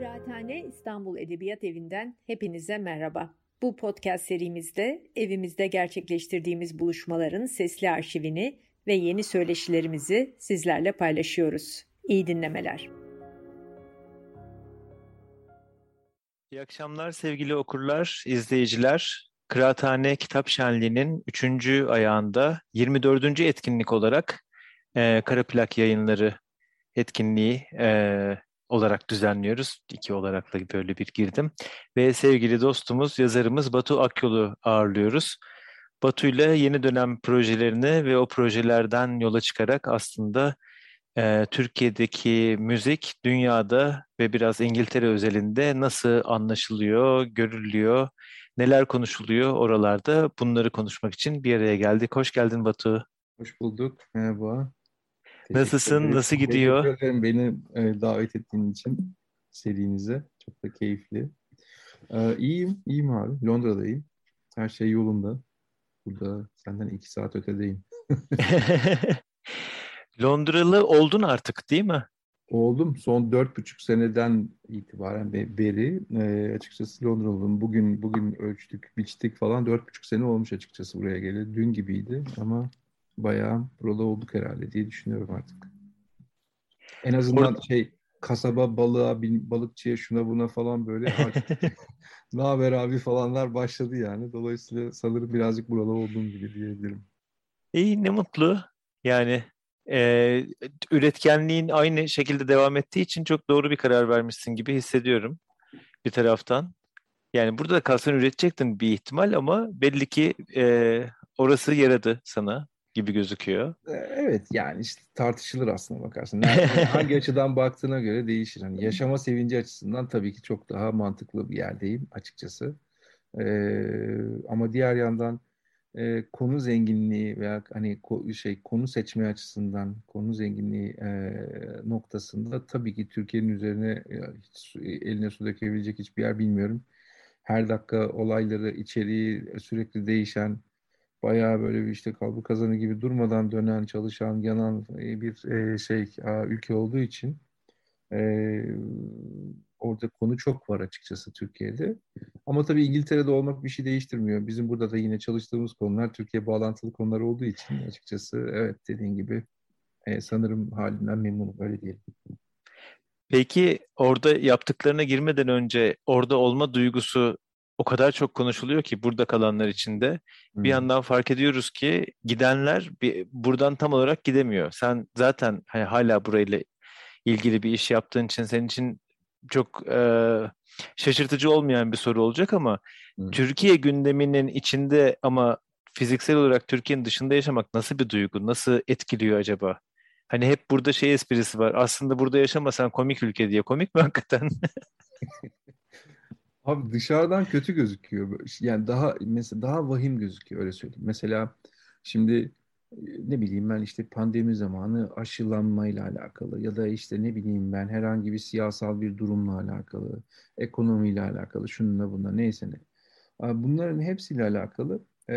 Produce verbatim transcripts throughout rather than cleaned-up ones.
Kıraathane İstanbul Edebiyat Evi'nden hepinize merhaba. Bu podcast serimizde evimizde gerçekleştirdiğimiz buluşmaların sesli arşivini ve yeni söyleşilerimizi sizlerle paylaşıyoruz. İyi dinlemeler. İyi akşamlar sevgili okurlar, izleyiciler. Kıraathane Kitap Şenliği'nin üçüncü ayağında yirmi dördüncü etkinlik olarak e, Kara Plak Yayınları etkinliği e, olarak düzenliyoruz. İki olarak da böyle bir girdim. Ve sevgili dostumuz, yazarımız Batu Akyol'u ağırlıyoruz. Batu ile yeni dönem projelerini ve o projelerden yola çıkarak aslında e, Türkiye'deki müzik dünyada ve biraz İngiltere özelinde nasıl anlaşılıyor, görülüyor, neler konuşuluyor oralarda, bunları konuşmak için bir araya geldik. Hoş geldin Batu. Hoş bulduk. Merhaba. Teşekkür Nasılsın? ederim. Nasıl Teşekkür gidiyor? ederim beni e, davet ettiğin için serinize. Çok da keyifli. Ee, iyiyim, iyiyim abi. Londra'dayım. Her şey yolunda. Burada senden iki saat ötedeyim. Londralı oldun artık, değil mi? Oldum. Son dört buçuk seneden itibaren be- beri e, açıkçası Londralıyım. Bugün bugün ölçtük, biçtik falan. Dört buçuk sene olmuş açıkçası buraya geleli. Dün gibiydi ama bayağı buralı olduk herhalde diye düşünüyorum artık. En azından Or- şey kasaba balığa, bil- balıkçıya şuna buna falan böyle artık ne haber abi falanlar başladı yani. Dolayısıyla sanırım birazcık buralı olduğum gibi diyebilirim. İyi, ne mutlu. Yani e, üretkenliğin aynı şekilde devam ettiği için çok doğru bir karar vermişsin gibi hissediyorum bir taraftan. Yani burada da kalsan üretecektin bir ihtimal ama belli ki e, orası yaradı sana gibi gözüküyor. Ee, Evet yani işte tartışılır aslına bakarsın. Nerede, hangi açıdan baktığına göre değişir. Hani yaşama sevinci açısından tabii ki çok daha mantıklı bir yerdeyim açıkçası. Ee, ama diğer yandan e, konu zenginliği veya hani ko- şey konu seçme açısından konu zenginliği e, noktasında tabii ki Türkiye'nin üzerine e, hiç su- eline su dökebilecek hiçbir yer bilmiyorum. Her dakika olayları, içeriği sürekli değişen, bayağı böyle bir işte kalbur kazanı gibi durmadan dönen, çalışan, yanan e, bir e, şey a, ülke olduğu için e, orada konu çok var açıkçası Türkiye'de. Ama tabii İngiltere'de olmak bir şey değiştirmiyor. Bizim burada da yine çalıştığımız konular Türkiye bağlantılı konular olduğu için açıkçası evet dediğin gibi e, sanırım halinden memnunum öyle diyelim. Peki orada yaptıklarına girmeden önce orada olma duygusu o kadar çok konuşuluyor ki burada kalanlar için de bir Hmm. yandan fark ediyoruz ki gidenler bir, buradan tam olarak gidemiyor. Sen zaten hani hala burayla ilgili bir iş yaptığın için senin için çok e, şaşırtıcı olmayan bir soru olacak ama Hmm. Türkiye gündeminin içinde ama fiziksel olarak Türkiye'nin dışında yaşamak nasıl bir duygu? Nasıl etkiliyor acaba? Hani hep burada şey esprisi var. Aslında burada yaşamasan komik ülke diye. Komik mi hakikaten? Abi dışarıdan kötü gözüküyor. Yani daha mesela daha vahim gözüküyor öyle söyleyeyim. Mesela şimdi e, ne bileyim ben işte pandemi zamanı aşılanmayla alakalı ya da işte ne bileyim ben herhangi bir siyasal bir durumla alakalı, ekonomiyle alakalı, şununla bununla neyse ne. Abi bunların hepsiyle alakalı e,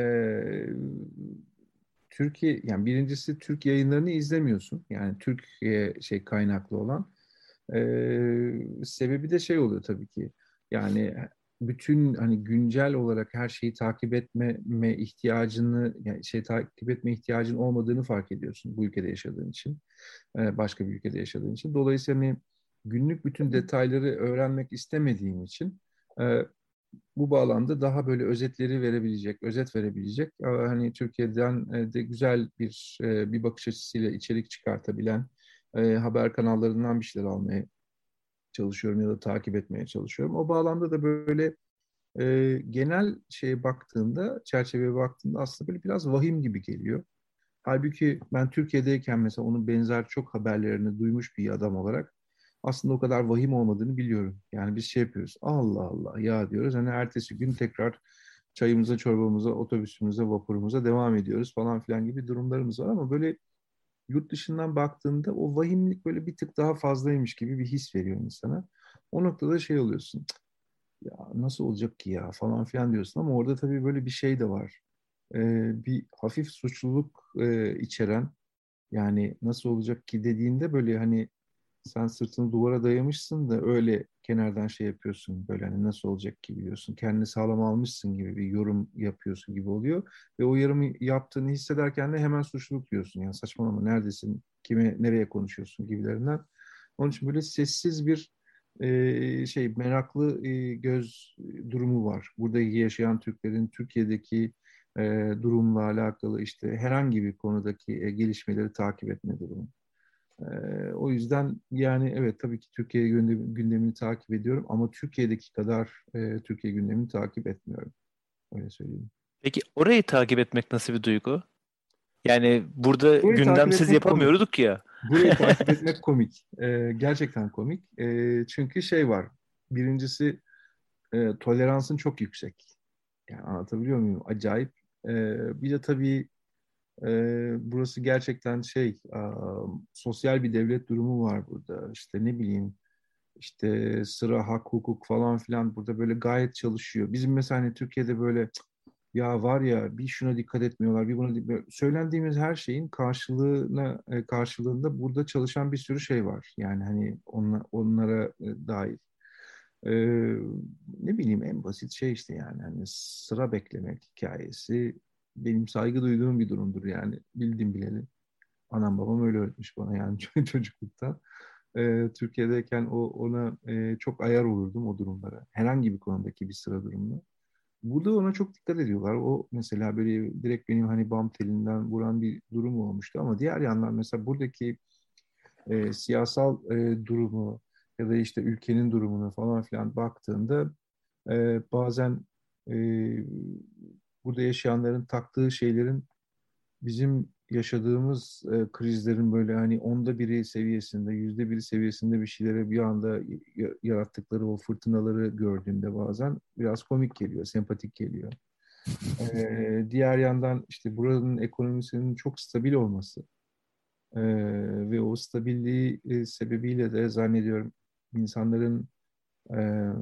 Türkiye yani birincisi Türk yayınlarını izlemiyorsun. Yani Türkiye şey kaynaklı olan. Ee, sebebi de şey oluyor tabii ki. Yani bütün hani güncel olarak her şeyi takip etmeme ihtiyacını yani şey takip etme ihtiyacın olmadığını fark ediyorsun bu ülkede yaşadığın için. e, Başka bir ülkede yaşadığın için. Dolayısıyla hani günlük bütün detayları öğrenmek istemediğim için e, bu bağlamda daha böyle özetleri verebilecek, özet verebilecek, e, hani Türkiye'den e, de güzel bir e, bir bakış açısıyla içerik çıkartabilen e, haber kanallarından bir şeyler almaya çalışıyorum ya da takip etmeye çalışıyorum. O bağlamda da böyle e, genel şeye baktığında, çerçeveye baktığında aslında böyle biraz vahim gibi geliyor. Halbuki ben Türkiye'deyken mesela onun benzer çok haberlerini duymuş bir adam olarak aslında o kadar vahim olmadığını biliyorum. Yani biz şey yapıyoruz. Allah Allah ya diyoruz. Hani ertesi gün tekrar çayımıza, çorbamıza, otobüsümüze, vapurumuza devam ediyoruz falan filan gibi durumlarımız var ama böyle yurt dışından baktığında o vahimlik böyle bir tık daha fazlaymış gibi bir his veriyor insana. O noktada şey oluyorsun. "Cık, ya nasıl olacak ki ya falan filan diyorsun ama orada tabii böyle bir şey de var. Ee, bir hafif suçluluk e, içeren yani nasıl olacak ki dediğinde böyle hani sen sırtını duvara dayamışsın da öyle kenardan şey yapıyorsun, böyle hani nasıl olacak gibi diyorsun. Kendini sağlam almışsın gibi bir yorum yapıyorsun gibi oluyor. Ve o yorumu yaptığını hissederken de hemen suçluluk diyorsun. Yani saçmalama, neredesin, kime, nereye konuşuyorsun gibilerinden. Onun için böyle sessiz bir e, şey meraklı e, göz durumu var. Buradaki yaşayan Türklerin Türkiye'deki e, durumla alakalı işte herhangi bir konudaki e, gelişmeleri takip etme durumu. E, o yüzden yani evet, tabii ki Türkiye gündemi- gündemini takip ediyorum ama Türkiye'deki kadar e, Türkiye gündemini takip etmiyorum. Öyle söyleyeyim. Peki orayı takip etmek nasıl bir duygu? Yani burada Burayı takip gündemsiz etmek komik. yapamıyorduk ya. Burayı takip etmek komik. E, gerçekten komik. E, çünkü şey var. Birincisi e, toleransın çok yüksek. Yani anlatabiliyor muyum? Acayip. E, bir de tabii e, burası gerçekten şey, a, sosyal bir devlet durumu var burada. İşte ne bileyim, işte sıra, hak, hukuk falan filan burada böyle gayet çalışıyor. Bizim mesela hani Türkiye'de böyle "Cık, ya var ya, bir şuna dikkat etmiyorlar, bir buna dikkat-" Söylendiğimiz her şeyin karşılığına e, karşılığında burada çalışan bir sürü şey var. Yani hani onla- onlara e, dair. Ee, ne bileyim, en basit şey işte, yani hani sıra beklemek hikayesi benim saygı duyduğum bir durumdur yani, bildim bileli. Anam babam öyle öğretmiş bana yani çocukluktan. Ee, Türkiye'deyken o ona e, çok ayar olurdum o durumlara. Herhangi bir konudaki bir sıra durumuna. Burada ona çok dikkat ediyorlar. O mesela böyle direkt benim hani bam telinden vuran bir durum olmuştu ama diğer yandan mesela buradaki e, siyasal e, durumu ya da işte ülkenin durumuna falan filan baktığında e, bazen e, burada yaşayanların taktığı şeylerin bizim yaşadığımız e, krizlerin böyle hani onda biri seviyesinde, yüzde biri seviyesinde bir şeylere bir anda y- yarattıkları o fırtınaları gördüğümde bazen biraz komik geliyor, sempatik geliyor. E, diğer yandan işte buranın ekonomisinin çok stabil olması e, ve o stabilliği e, sebebiyle de zannediyorum insanların e,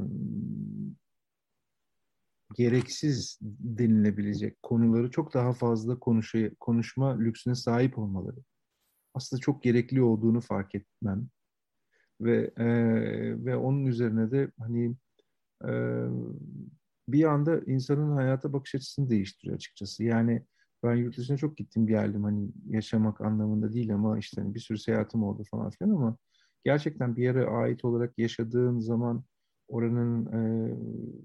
gereksiz denilebilecek konuları çok daha fazla konuşu, konuşma lüksüne sahip olmaları. Aslında çok gerekli olduğunu fark etmem ve e, ve onun üzerine de hani e, bir anda insanın hayata bakış açısını değiştiriyor açıkçası. Yani ben yurt dışına çok gittim geldim, hani yaşamak anlamında değil ama işte hani bir sürü seyahatim oldu falan filan ama gerçekten bir yere ait olarak yaşadığın zaman oranın e,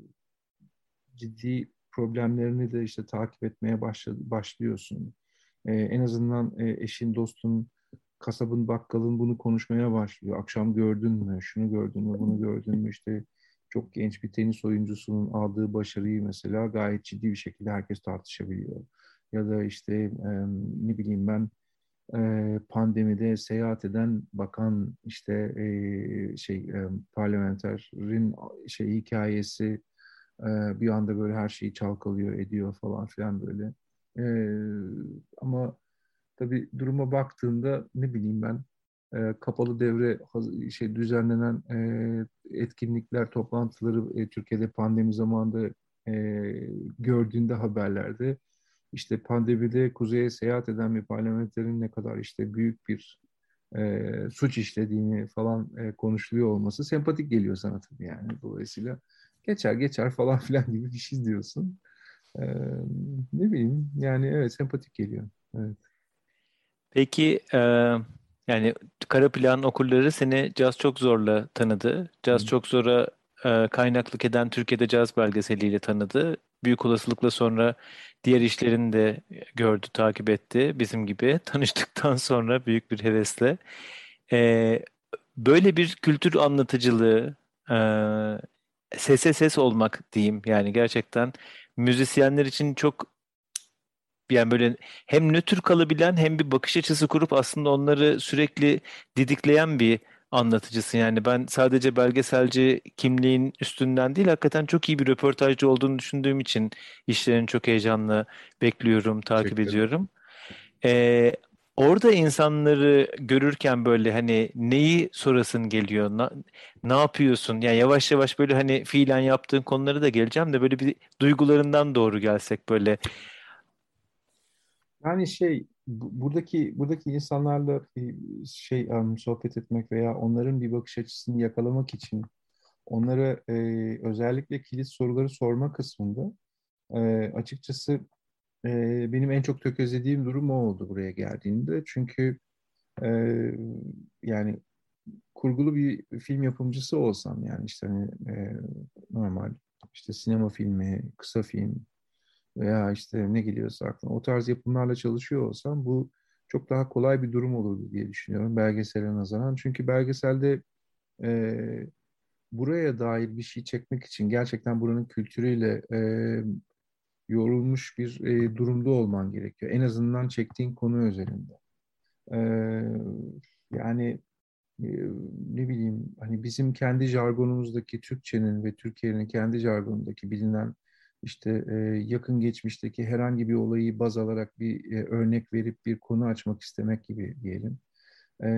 ciddi problemlerini de işte takip etmeye başla, başlıyorsun. Ee, en azından e, eşin, dostun, kasabın, bakkalın bunu konuşmaya başlıyor. Akşam gördün mü, şunu gördün mü, bunu gördün mü? İşte çok genç bir tenis oyuncusunun aldığı başarıyı mesela gayet ciddi bir şekilde herkes tartışabiliyor. Ya da işte e, ne bileyim ben, e, pandemide seyahat eden bakan işte e, şey e, parlamenterin şey hikayesi e, bir anda böyle her şeyi çalkalıyor ediyor falan filan böyle. E, ama tabii duruma baktığında ne bileyim ben, e, kapalı devre haz- şey düzenlenen e, etkinlikler, toplantıları e, Türkiye'de pandemi zamanında e, gördüğünde haberlerde işte pandemide kuzeye seyahat eden bir parlamenterin ne kadar işte büyük bir e, suç işlediğini falan e, konuşuluyor olması sempatik geliyor sana tabii yani. Dolayısıyla geçer geçer falan filan gibi bir şey diyorsun. E, ne bileyim yani, evet, sempatik geliyor. Evet. Peki e, yani Kara Plan okurları seni Caz Çok Zor'la tanıdı. Caz Çok Zor'a e, kaynaklık eden Türkiye'de Caz belgeseliyle tanıdı. Büyük olasılıkla sonra diğer işlerini de gördü, takip etti bizim gibi. Tanıştıktan sonra büyük bir hevesle. E, Böyle bir kültür anlatıcılığı, e, sese ses olmak diyeyim. Yani gerçekten müzisyenler için çok, yani böyle hem nötr kalabilen hem bir bakış açısı kurup aslında onları sürekli didikleyen bir anlatıcısın. Yani ben sadece belgeselci kimliğin üstünden değil, hakikaten çok iyi bir röportajcı olduğunu düşündüğüm için işlerini çok heyecanla bekliyorum, takip Teşekkür ederim. ediyorum. Ee, Orada insanları görürken böyle hani neyi sorasın geliyor, na- ne yapıyorsun? Yani yavaş yavaş böyle hani fiilen yaptığın konuları da geleceğim de böyle bir duygularından doğru gelsek böyle. Yani şey, bu- buradaki buradaki insanlarla bir şey em, sohbet etmek veya onların bir bakış açısını yakalamak için onlara e, özellikle kilit soruları sorma kısmında e, açıkçası e, benim en çok tökezlediğim durum o oldu buraya geldiğinde. Çünkü e, yani kurgulu bir film yapımcısı olsam yani işte hani e, normal işte sinema filmi, kısa film veya işte ne geliyorsa aklına o tarz yapımlarla çalışıyor olsam bu çok daha kolay bir durum olurdu diye düşünüyorum belgesele nazaran. Çünkü belgeselde e, buraya dair bir şey çekmek için gerçekten buranın kültürüyle e, yorulmuş bir e, durumda olman gerekiyor. En azından çektiğin konu özelinde. E, yani e, ne bileyim hani bizim kendi jargonumuzdaki Türkçenin ve Türkiye'nin kendi jargonundaki bilinen işte e, yakın geçmişteki herhangi bir olayı baz alarak bir e, örnek verip bir konu açmak istemek gibi diyelim. E,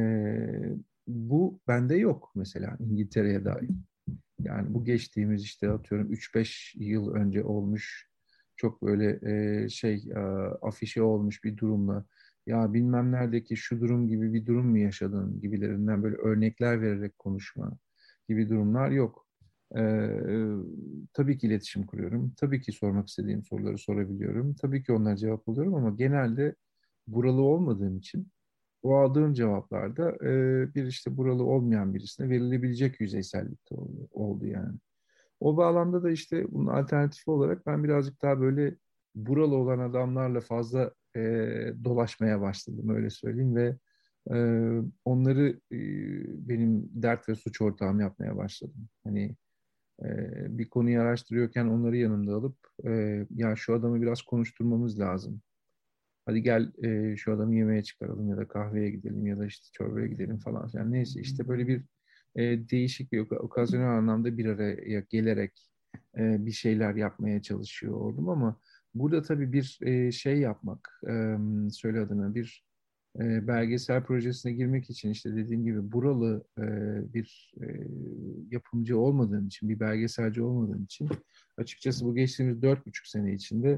bu bende yok mesela İngiltere'ye dair. Yani bu geçtiğimiz işte atıyorum üç beş yıl önce olmuş çok böyle e, şey e, afişe olmuş bir durumla ya bilmem neredeki şu durum gibi bir durum mu yaşadın gibilerinden böyle örnekler vererek konuşma gibi durumlar yok. E, tabii ki iletişim kuruyorum. Tabii ki sormak istediğim soruları sorabiliyorum. Tabii ki onlara cevap alıyorum ama genelde buralı olmadığım için o aldığım cevaplarda e, bir işte buralı olmayan birisine verilebilecek yüzeysellikte oldu, oldu yani. O bağlamda da işte bunun alternatifi olarak ben birazcık daha böyle buralı olan adamlarla fazla e, dolaşmaya başladım öyle söyleyeyim ve e, onları e, benim dert ve suç ortağım yapmaya başladım. Hani e, bir konuyu araştırıyorken onları yanımda alıp e, ya şu adamı biraz konuşturmamız lazım. Hadi gel e, şu adamı yemeğe çıkaralım ya da kahveye gidelim ya da işte çorbaya gidelim falan. Yani neyse işte böyle bir e, değişik bir ok- okazyonel anlamda bir araya gelerek e, bir şeyler yapmaya çalışıyor oldum ama burada tabii bir e, şey yapmak, e, söyle adına bir e, belgesel projesine girmek için işte dediğim gibi buralı e, bir e, yapımcı olmadığım için, bir belgeselci olmadığım için açıkçası bu geçtiğimiz dört buçuk sene içinde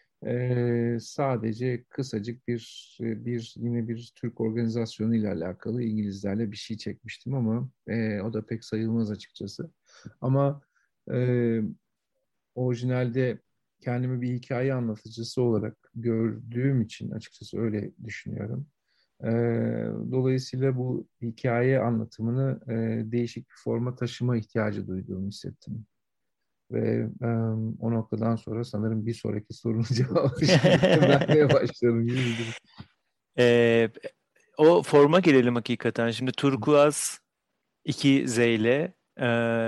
ee, sadece kısacık bir bir yine bir Türk organizasyonu ile alakalı İngilizlerle bir şey çekmiştim ama e, o da pek sayılmaz açıkçası. Ama e, orijinalde kendimi bir hikaye anlatıcısı olarak gördüğüm için açıkçası öyle düşünüyorum. E, dolayısıyla bu hikaye anlatımını e, değişik bir forma taşıma ihtiyacı duyduğumu hissettim. Ve em, o noktadan sonra sanırım bir sonraki sorunun cevabı şimdiden vermeye başladım gibi bir durum. Ee, O forma gelelim hakikaten. Şimdi turkuaz iki Z ile e,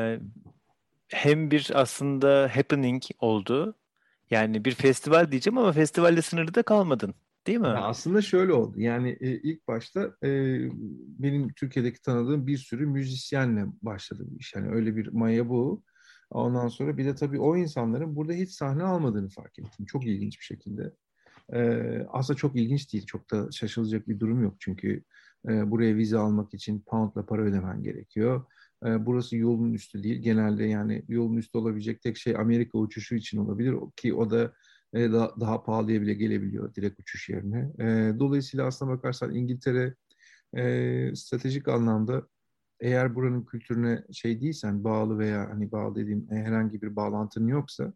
hem bir aslında happening oldu. Yani bir festival diyeceğim ama festivalle sınırlı da kalmadın. Değil Ya mi? aslında şöyle oldu. Yani e, ilk başta e, benim Türkiye'deki tanıdığım bir sürü müzisyenle başladı bu iş. Yani öyle bir maya bu. Ondan sonra bir de tabii o insanların burada hiç sahne almadığını fark ettim. Çok ilginç bir şekilde. Ee, aslında çok ilginç değil. Çok da şaşılacak bir durum yok. Çünkü e, buraya vize almak için poundla para ödemen gerekiyor. E, burası yolun üstü değil. Genelde yani yolun üstü olabilecek tek şey Amerika uçuşu için olabilir ki o da e, daha, daha pahalıya bile gelebiliyor direkt uçuş yerine. E, dolayısıyla aslına bakarsan İngiltere e, stratejik anlamda eğer buranın kültürüne şey değilsen bağlı veya hani bağlı dediğim e, herhangi bir bağlantın yoksa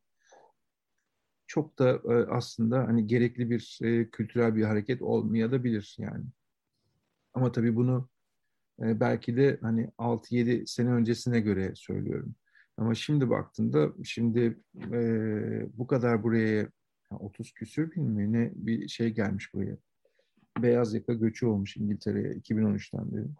çok da e, aslında hani gerekli bir e, kültürel bir hareket olmayabilir yani. Ama tabii bunu e, belki de hani altı yedi sene öncesine göre söylüyorum. Ama şimdi baktığında şimdi e, bu kadar buraya ya otuz küsür bin mi ne bir şey gelmiş buraya. Beyaz yaka göçü olmuş İngiltere'ye iki bin on üçten beri.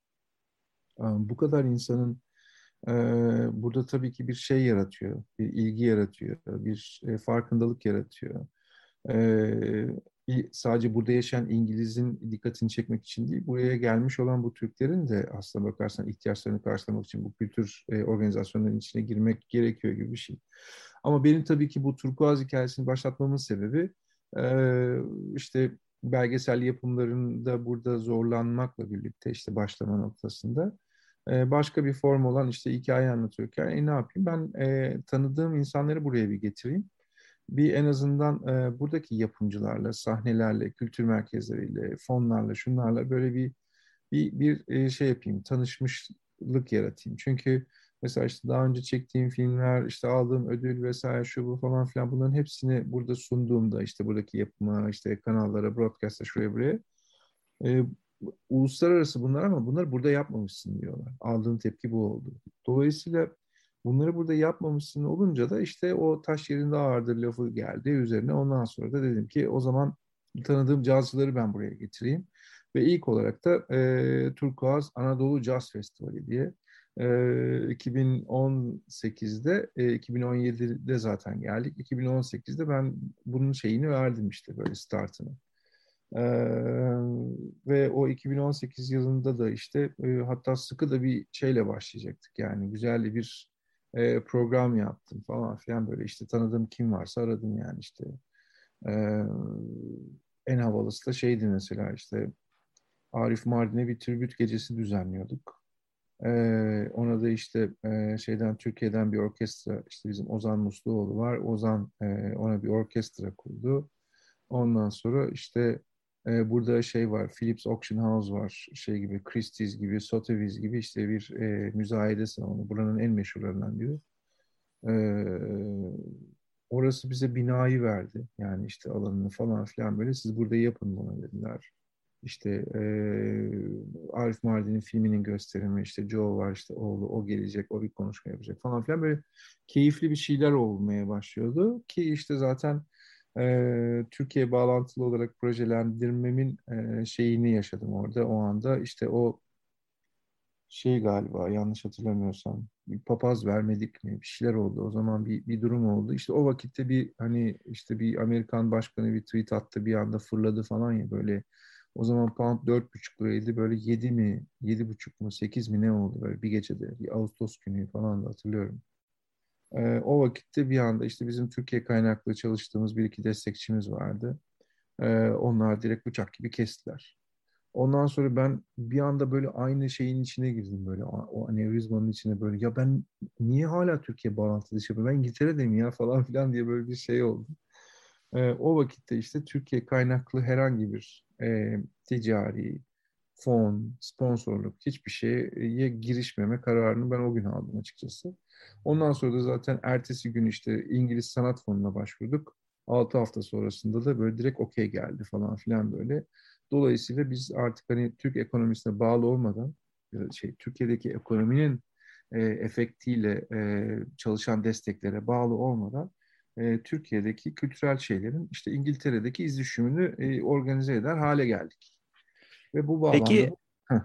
E, Bu kadar insanın e, burada tabii ki bir şey yaratıyor, bir ilgi yaratıyor, bir e, farkındalık yaratıyor. Ee, sadece burada yaşayan İngiliz'in dikkatini çekmek için değil, buraya gelmiş olan bu Türklerin de aslına bakarsan ihtiyaçlarını karşılamak için bu kültür e, organizasyonlarının içine girmek gerekiyor gibi bir şey. Ama benim tabii ki bu turkuaz hikayesini başlatmamın sebebi e, işte belgesel yapımlarında burada zorlanmakla birlikte işte başlama noktasında e, başka bir form olan işte hikaye anlatıyorken e, ne yapayım ben e, tanıdığım insanları buraya bir getireyim bir en azından e, buradaki yapımcılarla, sahnelerle, kültür merkezleriyle, fonlarla, şunlarla böyle bir bir, bir e, şey yapayım, tanışmışlık yaratayım. Çünkü Mesela işte daha önce çektiğim filmler, işte aldığım ödül vesaire şu bu falan filan bunların hepsini burada sunduğumda işte buradaki yapıma, işte kanallara, broadcast'a şuraya buraya e, uluslararası bunlar ama bunları burada yapmamışsın diyorlar. Aldığım tepki bu oldu. Dolayısıyla bunları burada yapmamışsın olunca da işte o taş yerinde ağırdır lafı geldi üzerine. Ondan sonra da dedim ki o zaman tanıdığım cazcıları ben buraya getireyim. Ve ilk olarak da e, Turkuaz Anadolu Jazz Festivali diye e, iki bin on sekizde, e, iki bin on yedide zaten geldik. iki bin on sekizde ben bunun şeyini verdim işte böyle startını. Ee, ve o iki bin on sekiz yılında da işte e, hatta sıkı da bir şeyle başlayacaktık. Yani güzel de bir e, program yaptım falan filan böyle işte tanıdığım kim varsa aradım yani işte. Ee, en havalısı da şeydi mesela işte Arif Mardin'e bir tribüt gecesi düzenliyorduk. Ee, ona da işte e, şeyden Türkiye'den bir orkestra işte bizim Ozan Musluoğlu var. Ozan e, ona bir orkestra kurdu. Ondan sonra işte e, burada şey var, Philips Auction House var, şey gibi, Christie's gibi, Sotheby's gibi işte bir e, müzayede salonu. Buranın en meşhurlarından biri. E, orası bize binayı verdi. Yani işte alanını falan filan böyle. Siz burada yapın bunu dediler. İşte e, Arif Mardin'in filminin gösterimi, işte Joe var, işte oğlu, o gelecek, o bir konuşma yapacak falan filan böyle keyifli bir şeyler olmaya başlıyordu ki işte zaten e, Türkiye bağlantılı olarak projelendirmemin e, şeyini yaşadım orada o anda işte o şey galiba yanlış hatırlamıyorsam bir papaz vermedik mi bir şeyler oldu o zaman bir, bir durum oldu işte o vakitte bir hani işte bir Amerikan başkanı bir tweet attı bir anda fırladı falan ya böyle o zaman pound dört buçuk liraydı böyle yedi mi yedi buçuk mu sekiz mi ne oldu böyle bir gecede bir Ağustos günü falan da hatırlıyorum. Ee, o vakitte bir anda işte bizim Türkiye kaynaklı çalıştığımız bir iki destekçimiz vardı. Ee, onlar direkt bıçak gibi kestiler. Ondan sonra ben bir anda böyle aynı şeyin içine girdim böyle o o anevrizmanın içine böyle ya ben niye hala Türkiye bağlantılı iş yapıyorum ben İngiltere'deyim ya falan filan diye böyle bir şey oldu. Ee, o vakitte işte Türkiye kaynaklı herhangi bir e, ticari fon, sponsorluk hiçbir şeye girişmeme kararını ben o gün aldım açıkçası. Ondan sonra da zaten ertesi gün işte İngiliz Sanat Fonu'na başvurduk. Altı hafta sonrasında da böyle direkt okey geldi falan filan böyle. Dolayısıyla biz artık hani Türk ekonomisine bağlı olmadan şey Türkiye'deki ekonominin e, efektiyle e, çalışan desteklere bağlı olmadan e, Türkiye'deki kültürel şeylerin işte İngiltere'deki iz düşümünü e, organize eder hale geldik. Ve bu bağlamda Peki da heh,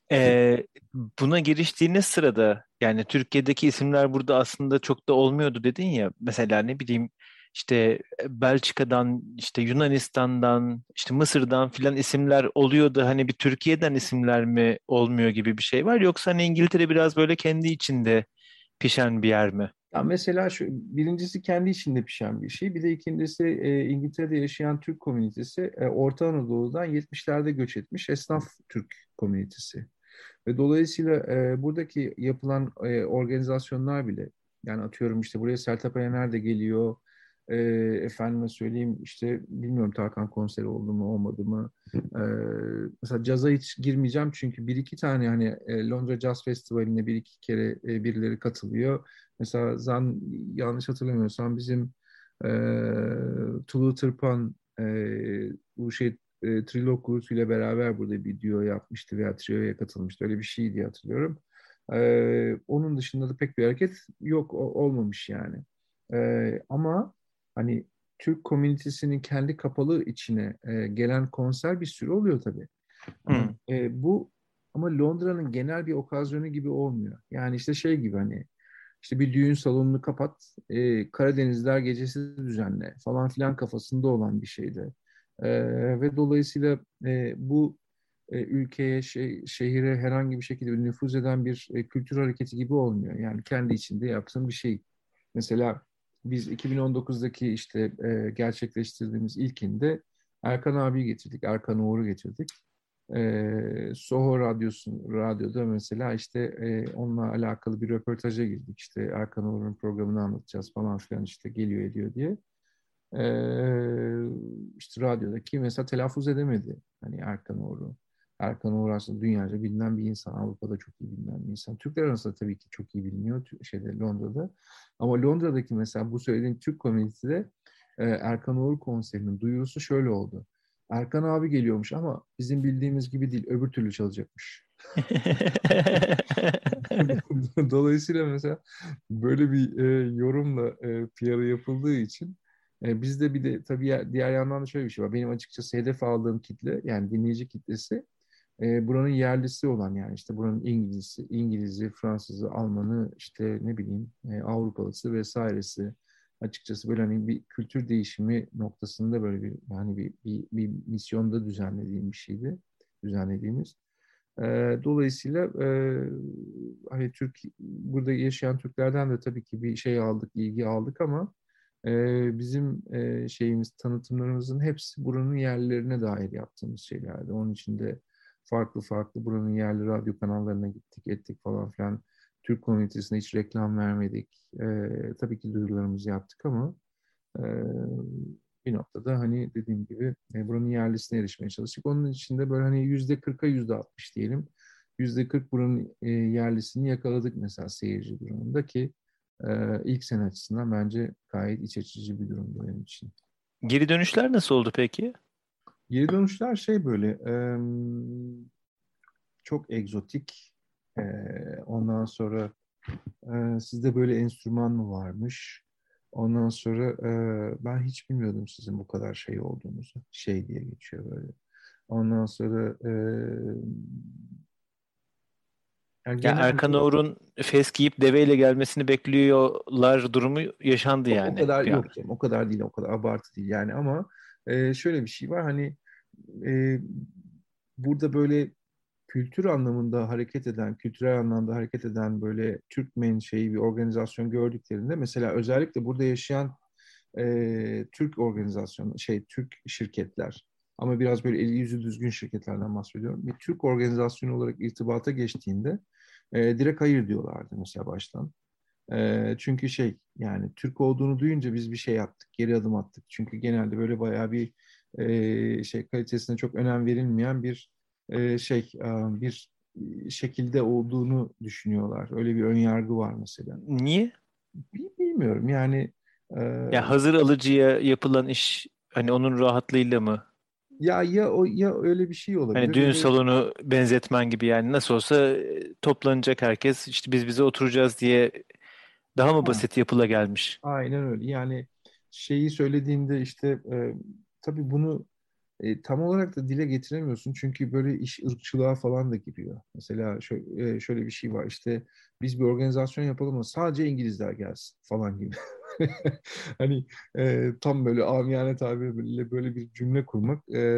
e, buna giriştiğiniz sırada yani Türkiye'deki isimler burada aslında çok da olmuyordu dedin ya. Mesela ne bileyim işte Belçika'dan, işte Yunanistan'dan, işte Mısır'dan filan isimler oluyordu. Hani bir Türkiye'den isimler mi olmuyor gibi bir şey var. Yoksa hani İngiltere biraz böyle kendi içinde pişen bir yer mi? ya mesela şu birincisi kendi içinde pişen bir şey. Bir de ikincisi e, İngiltere'de yaşayan Türk komünitesi e, Orta Anadolu'dan yetmişlerde göç etmiş esnaf Türk komünitesi. Ve dolayısıyla e, buradaki yapılan e, organizasyonlar bile yani atıyorum işte buraya Sertab Erener de geliyor. E, efendime söyleyeyim işte bilmiyorum Tarkan konseri oldu mu olmadı mı. E, mesela caza hiç girmeyeceğim çünkü bir iki tane hani e, Londra Jazz Festivali'ne bir iki kere e, birileri katılıyor. Mesela zan yanlış hatırlamıyorsam bizim e, Tulu Tırpan e, bu şey e, Trilog grubuyla beraber burada bir duo yapmıştı veya trioya katılmıştı. Öyle bir şey diye hatırlıyorum. E, onun dışında da pek bir hareket yok o- olmamış yani. E, ama hani Türk komünitesinin kendi kapalı içine e, gelen konser bir sürü oluyor tabii. Ama Hmm. e, bu ama Londra'nın genel bir okazyonu gibi olmuyor. Yani işte şey gibi hani işte bir düğün salonunu kapat, e, Karadenizler Gecesi düzenle falan filan kafasında olan bir şeydi. E, ve dolayısıyla e, bu e, ülkeye, şey, şehire herhangi bir şekilde nüfuz eden bir e, kültür hareketi gibi olmuyor. Yani kendi içinde yaptığın bir şey. Mesela biz iki bin on dokuzdaki işte e, gerçekleştirdiğimiz ilkinde Erkan abi getirdik, Erkan Uğur'u getirdik. Ee, Soho Radyosu, radyoda mesela işte e, onunla alakalı bir röportaja girdik. İşte Erkan Oğur'un programını anlatacağız falan filan işte geliyor ediyor diye. Ee, işte radyodaki mesela telaffuz edemedi hani Erkan Oğur'u. Erkan Oğur aslında dünyaca bilinen bir insan. Avrupa'da çok iyi bilinen bir insan. Türkler arasında tabii ki çok iyi biliniyor Tü- şeyde Londra'da. Ama Londra'daki mesela bu söylediğim Türk komünitede e, Erkan Oğur konserinin duyurusu şöyle oldu. Erkan abi geliyormuş ama bizim bildiğimiz gibi değil, öbür türlü çalacakmış. Dolayısıyla mesela böyle bir e, yorumla e, P R'ı yapıldığı için e, bizde bir de tabii ya- diğer yandan da şöyle bir şey var. Benim açıkçası hedef aldığım kitle yani dinleyici kitlesi e, buranın yerlisi olan yani işte buranın İngiliz'i, İngiliz'i, Fransız'ı, Alman'ı işte ne bileyim e, Avrupalısı vesairesi açıkçası böyle hani bir kültür değişimi noktasında böyle bir yani bir, bir, bir misyonda düzenlediğim bir şeydi. Düzenlediğimiz. E, dolayısıyla e, hani Türk burada yaşayan Türklerden de tabii ki bir şey aldık, ilgi aldık ama e, bizim e, şeyimiz tanıtımlarımızın hepsi buranın yerlilerine dair yaptığımız şeylerdi. Onun için de farklı farklı buranın yerli radyo kanallarına gittik, ettik falan filan. Türk komünitesine hiç reklam vermedik. E, tabii ki duyurularımızı yaptık ama e, bir noktada hani dediğim gibi e, buranın yerlisine erişmeye çalıştık. Onun için de böyle hani yüzde kırka yüzde altmış diyelim. Yüzde kırk buranın e, yerlisini yakaladık mesela seyirci durumunda ki e, ilk sene açısından bence gayet iç açıcı bir durumdu benim için. Geri dönüşler nasıl oldu peki? Geri dönüşler şey böyle e, çok egzotik. E, ondan sonra e, sizde böyle enstrüman mı varmış? Ondan sonra e, ben hiç bilmiyordum sizin bu kadar şey olduğunuzu. Şey diye geçiyor böyle. Ondan sonra e, yani Ya genelde Erkan Oğur'un fes giyip deveyle gelmesini bekliyorlar durumu yaşandı yok o yani kadar bir an. yok canım. O kadar değil, o kadar abartı değil yani ama e, şöyle bir şey var hani e, burada böyle kültür anlamında hareket eden, kültürel anlamda hareket eden böyle Türkmen şeyi bir organizasyon gördüklerinde mesela özellikle burada yaşayan e, Türk organizasyon, şey Türk şirketler ama biraz böyle eli yüzü düzgün şirketlerden bahsediyorum. Bir Türk organizasyonu olarak irtibata geçtiğinde e, direkt hayır diyorlardı mesela baştan. E, çünkü şey yani Türk olduğunu duyunca biz bir şey yaptık, geri adım attık. Çünkü genelde böyle bayağı bir e, şey kalitesine çok önem verilmeyen bir e, şey e, bir şekilde olduğunu düşünüyorlar. Öyle bir ön yargı var mesela. Niye? Bi- Bilmiyorum yani e, Ya hazır alıcıya yapılan iş hani onun rahatlığıyla mı? ya ya o ya öyle bir şey Hani olabilir düğün ya da salonu benzetmen gibi yani nasıl olsa e, toplanacak herkes işte biz bize oturacağız diye daha mı ha, basit yapıla gelmiş? aynen öyle. Yani şeyi söylediğinde işte e, tabii bunu e, tam olarak da dile getiremiyorsun çünkü böyle iş ırkçılığa falan da giriyor. Mesela şöyle, şöyle bir şey var işte biz bir organizasyon yapalım ama sadece İngilizler gelsin falan gibi. Hani e, tam böyle amiyane tabirle böyle bir cümle kurmak e,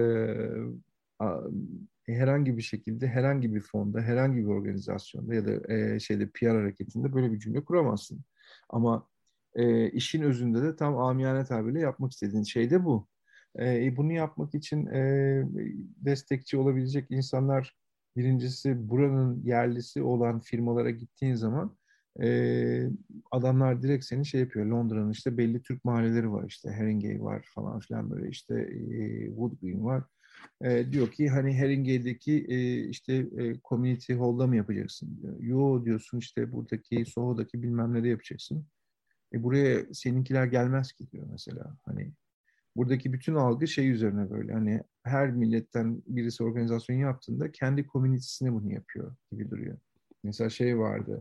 a- herhangi bir şekilde herhangi bir fonda herhangi bir organizasyonda ya da e, şeyde P R hareketinde böyle bir cümle kuramazsın. Ama e, işin özünde de tam amiyane tabirle yapmak istediğin şey de bu. E, bunu yapmak için e, destekçi olabilecek insanlar birincisi buranın yerlisi olan firmalara gittiğin zaman e, adamlar direkt seni şey yapıyor. Londra'nın işte belli Türk mahalleleri var işte Haringey var falan filan böyle işte e, Wood Green var. E, diyor ki hani Haringey'deki e, işte e, community hall'da mı yapacaksın diyor. Yo diyorsun işte buradaki Soho'daki bilmem ne de yapacaksın. E, buraya seninkiler gelmez ki diyor mesela. Hani buradaki bütün algı şey üzerine böyle hani her milletten birisi organizasyon yaptığında kendi komünitesine bunu yapıyor gibi duruyor. Mesela şey vardı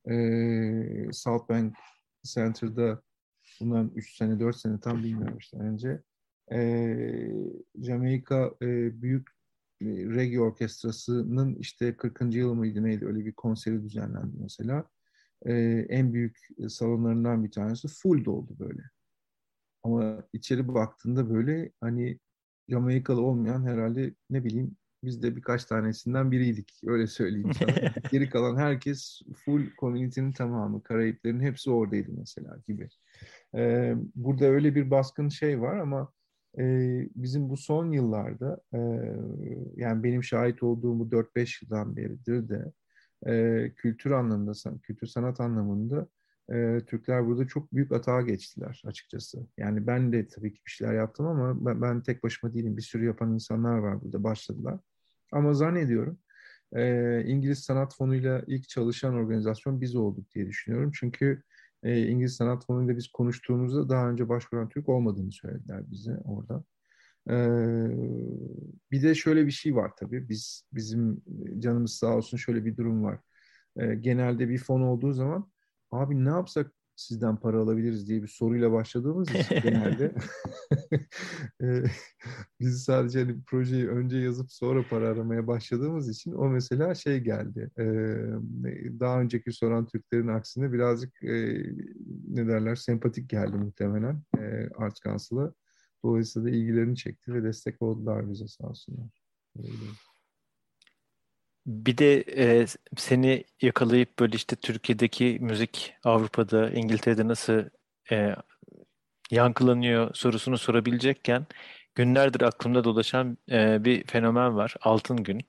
e, South Bank Center'da bundan üç sene dört sene tam bilmiyorum işte önce e, Jamaika e, büyük e, reggae orkestrasının işte kırkıncı yılı mıydı neydi öyle bir konseri düzenlendi mesela. E, en büyük salonlarından bir tanesi full doldu böyle. Ama içeri baktığında böyle hani Jamaikalı olmayan herhalde ne bileyim biz de birkaç tanesinden biriydik. Öyle söyleyeyim sana. Geri kalan herkes full community'nin tamamı. Karayiplerin hepsi oradaydı mesela gibi. Ee, burada öyle bir baskın şey var ama e, bizim bu son yıllarda e, yani benim şahit olduğum bu dört beş yıldan beridir de e, kültür anlamında, san- kültür sanat anlamında e, Türkler burada çok büyük atağa geçtiler açıkçası. Yani ben de tabii ki bir şeyler yaptım ama ben, ben tek başıma değilim. Bir sürü yapan insanlar var burada başladılar. Ama zannediyorum e, İngiliz Sanat Fonu'yla ilk çalışan organizasyon biz olduk diye düşünüyorum. Çünkü e, İngiliz Sanat Fonu'yla biz konuştuğumuzda daha önce başvuran Türk olmadığını söylediler bize orada. E, Bir de şöyle bir şey var tabii. Biz bizim canımız sağ olsun, şöyle bir durum var. E, genelde bir fon olduğu zaman abi ne yapsak sizden para alabiliriz diye bir soruyla başladığımız için genelde e, biz sadece hani projeyi önce yazıp sonra para aramaya başladığımız için o mesela şey geldi. E, daha önceki soran Türklerin aksine birazcık e, ne derler sempatik geldi muhtemelen e, Arts Council'a. Dolayısıyla da ilgilerini çekti ve destek oldular bize sağ olsunlar. Öyle diyeyim. Bir de e, seni yakalayıp böyle işte Türkiye'deki müzik Avrupa'da, İngiltere'de nasıl e, yankılanıyor sorusunu sorabilecekken günlerdir aklımda dolaşan e, bir fenomen var. Altın Gün.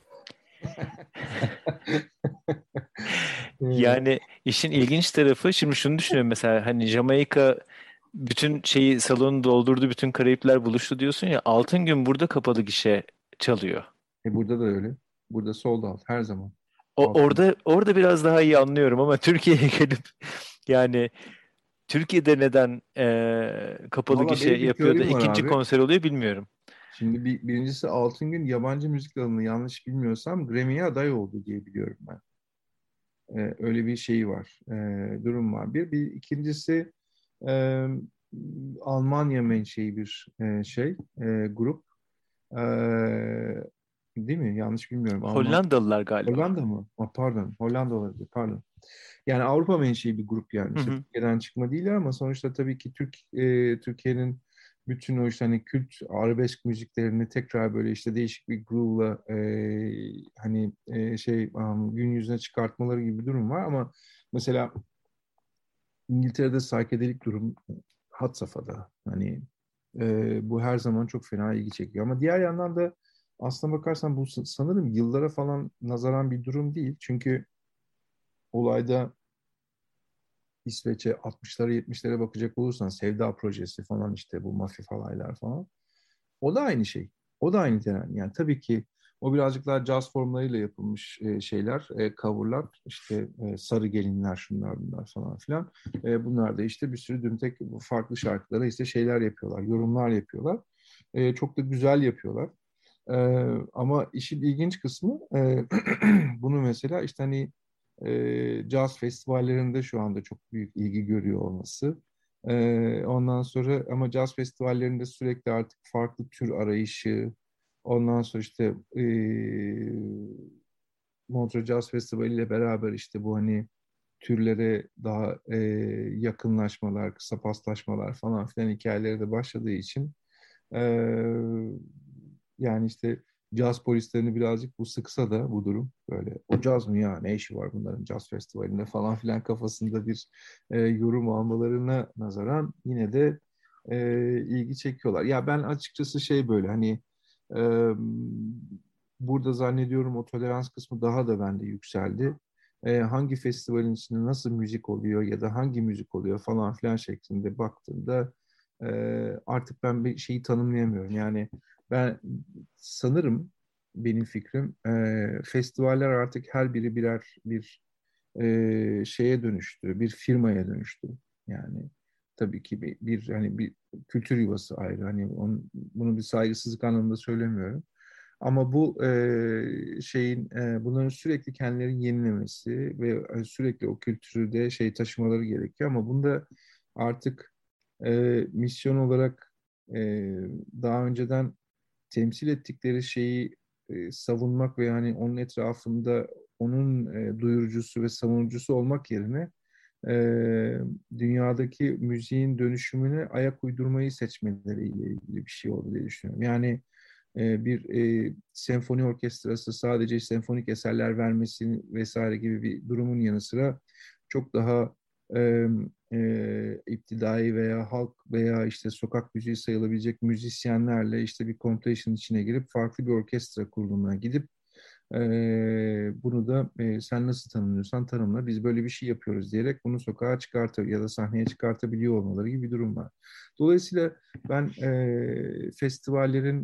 Evet. Yani işin ilginç tarafı, şimdi şunu düşünüyorum mesela, hani Jamaika bütün şeyi, salonu doldurdu, bütün Karayipler buluştu diyorsun ya, Altın Gün burada kapalı gişe çalıyor. E burada da öyle. Burada sold out her zaman. O, Altın. orada orada biraz daha iyi anlıyorum ama Türkiye'ye gelip yani Türkiye'de neden e, kapalı Valla gişe benim bir yapıyor da teorim var ikinci abi. konser oluyor, bilmiyorum. Şimdi bir, birincisi Altın Gün yabancı müzik dalını yanlış bilmiyorsam Grammy'ye aday oldu diye biliyorum ben. Ee, öyle bir şeyi var. Ee, durum var. Bir, bir ikincisi e, Almanya menşei bir e, şey e, grup. Ee, değil mi? Yanlış bilmiyorum. Alman. Hollandalılar galiba. Hollanda mı? Ah, pardon. Hollanda olabilir. Pardon. Yani Avrupa menşei bir grup yani. Hı İşte hı. Türkiye'den çıkma değiller ama sonuçta tabii ki Türk e, Türkiye'nin bütün o işte hani kült arabesk müziklerini tekrar böyle işte değişik bir groove'la e, hani e, şey um, gün yüzüne çıkartmaları gibi bir durum var ama mesela İngiltere'de psychedelic durum had safhada. Hani e, bu her zaman çok fena ilgi çekiyor ama diğer yandan da aslına bakarsan bu sanırım yıllara falan nazaran bir durum değil. Çünkü olayda İsveç'e altmışlara yetmişlere bakacak olursan Sevda Projesi falan işte bu mafya falaylar falan. O da aynı şey. O da aynı dönem. Yani tabii ki o birazcık daha caz formlarıyla yapılmış e, şeyler, e, coverlar, işte e, Sarı Gelinler, şunlar bunlar falan filan. E, bunlar da işte bir sürü dümtek farklı şarkılara işte şeyler yapıyorlar, yorumlar yapıyorlar. E, çok da güzel yapıyorlar. E, Ama işin ilginç kısmı e, bunu mesela işte hani e, caz festivallerinde şu anda çok büyük ilgi görüyor olması. E, ondan sonra ama caz festivallerinde sürekli artık farklı tür arayışı, ondan sonra işte e, Montreux Jazz Festivali ile beraber işte bu hani türlere daha e, yakınlaşmalar, kısa paslaşmalar falan filan hikayeleri de başladığı için e, yani işte caz polislerini birazcık bu sıksa da bu durum böyle o caz mı ya ne işi var bunların caz festivalinde falan filan kafasında bir e, yorum almalarına nazaran yine de e, ilgi çekiyorlar. Ya ben açıkçası şey böyle hani e, burada zannediyorum o tolerans kısmı daha da bende yükseldi. E, hangi festivalin içinde nasıl müzik oluyor ya da hangi müzik oluyor falan filan şeklinde baktığımda e, artık ben bir şeyi tanımlayamıyorum. Yani ben sanırım benim fikrim e, festivaller artık her biri birer bir e, şeye dönüştü, bir firmaya dönüştü. Yani tabii ki bir, bir hani bir kültür yuvası ayrı. Hani onun, bunu bir saygısızlık anlamında söylemiyorum. Ama bu e, şeyin e, bunların sürekli kendilerini yenilemesi ve e, sürekli o kültürü de şey taşımaları gerekiyor. Ama bunda artık e, misyon olarak e, daha önceden temsil ettikleri şeyi e, savunmak ve yani onun etrafında onun e, duyurucusu ve savunucusu olmak yerine e, dünyadaki müziğin dönüşümüne ayak uydurmayı seçmeleriyle ilgili bir şey oldu diye düşünüyorum. Yani e, bir e, senfoni orkestrası sadece senfonik eserler vermesi vesaire gibi bir durumun yanı sıra çok daha e, e, iptidai veya halk veya işte sokak müziği sayılabilecek müzisyenlerle işte bir compilation içine girip farklı bir orkestra kurulumuna gidip e, bunu da e, sen nasıl tanımlıyorsan tanımla biz böyle bir şey yapıyoruz diyerek bunu sokağa çıkartabiliyor ya da sahneye çıkartabiliyor olmaları gibi bir durum var. Dolayısıyla ben e, festivallerin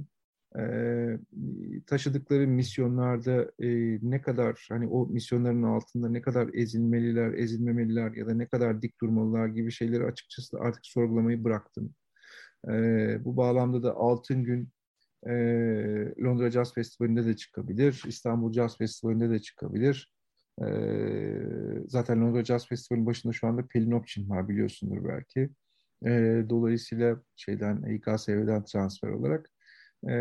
e, taşıdıkları misyonlarda e, ne kadar hani o misyonların altında ne kadar ezilmeliler, ezilmemeliler ya da ne kadar dik durmalılar gibi şeyleri açıkçası artık sorgulamayı bıraktım. E, bu bağlamda da Altın Gün e, Londra Jazz Festivali'nde de çıkabilir, İstanbul Jazz Festivali'nde de çıkabilir. E, zaten Londra Jazz Festivali'nin başında şu anda Pelin Opçin var, biliyorsundur belki. E, dolayısıyla şeyden İ K S V'den transfer olarak e,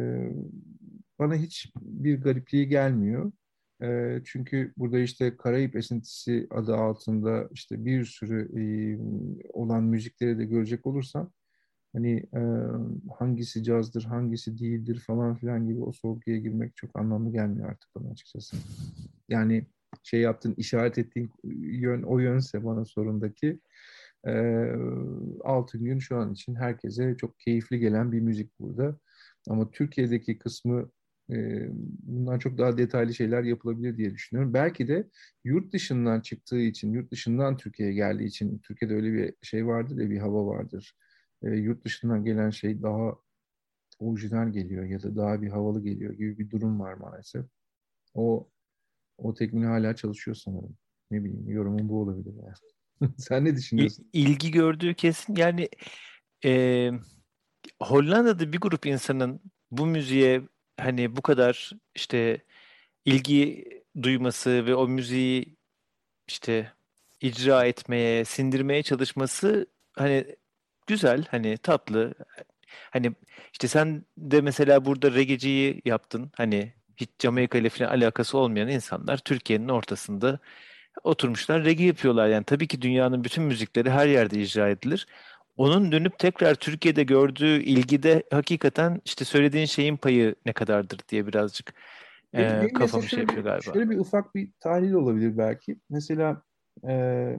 bana hiç bir garipliği gelmiyor. E, çünkü burada işte Karayip Esintisi adı altında işte bir sürü e, olan müzikleri de görecek olursam hani e, hangisi cazdır, hangisi değildir falan filan gibi o sorguya girmek çok anlamlı gelmiyor artık bana açıkçası. Yani şey yaptın, işaret ettiğin yön o yönse bana sorundaki e, Altın Gün şu an için herkese çok keyifli gelen bir müzik burada. Ama Türkiye'deki kısmı e, bundan çok daha detaylı şeyler yapılabilir diye düşünüyorum. Belki de yurt dışından çıktığı için, yurt dışından Türkiye'ye geldiği için, Türkiye'de öyle bir şey vardır ya, bir hava vardır. E, yurt dışından gelen şey daha orijinal geliyor ya da daha bir havalı geliyor gibi bir durum var maalesef. O o teknik hala çalışıyor sanırım. Ne bileyim, yorumum bu olabilir yani. Sen ne İ- düşünüyorsun? ilgi gördüğü kesin. Yani e, Hollanda'da bir grup insanın bu müziğe hani bu kadar işte ilgi duyması ve o müziği işte icra etmeye, sindirmeye çalışması hani güzel, hani tatlı. Hani işte sen de mesela burada reggaeciyi yaptın. Hani hiç Jamaika ile falan alakası olmayan insanlar Türkiye'nin ortasında oturmuşlar reggae yapıyorlar. Yani tabii ki dünyanın bütün müzikleri her yerde icra edilir. Onun dönüp tekrar Türkiye'de gördüğü ilgide hakikaten işte söylediğin şeyin payı ne kadardır diye birazcık Benim, e, benim mesela kafamı şey şöyle yapıyor bir, galiba. şöyle bir ufak bir tahlil olabilir belki. Mesela e,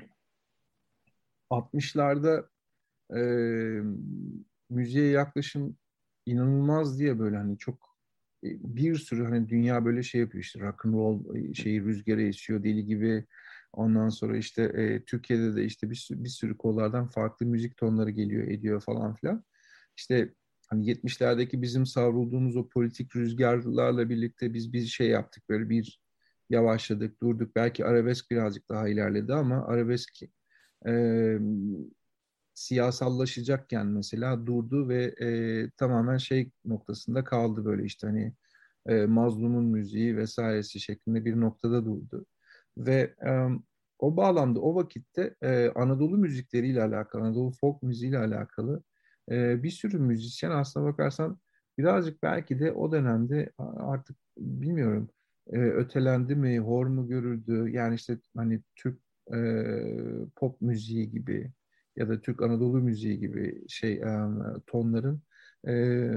altmışlarda e, müziğe yaklaşım inanılmaz diye böyle hani çok e, bir sürü hani dünya böyle şey yapıyor işte rock and roll e, şeyi rüzgara esiyor deli gibi. Ondan sonra işte e, Türkiye'de de işte bir sürü, bir sürü kollardan farklı müzik tonları geliyor ediyor falan filan. İşte hani yetmişlerdeki bizim savrulduğumuz o politik rüzgarlarla birlikte biz bir şey yaptık, böyle bir yavaşladık, durduk. Belki arabesk birazcık daha ilerledi ama arabesk e, siyasallaşacakken mesela durdu ve e, tamamen şey noktasında kaldı, böyle işte hani e, mazlumun müziği vesairesi şeklinde bir noktada durdu. Ve e, o bağlamda o vakitte e, Anadolu müzikleriyle alakalı, Anadolu folk müziğiyle alakalı e, bir sürü müzisyen aslına bakarsan birazcık belki de o dönemde artık bilmiyorum e, ötelendi mi, hor mu görüldü? Yani işte hani Türk e, pop müziği gibi ya da Türk Anadolu müziği gibi şey e, tonların e,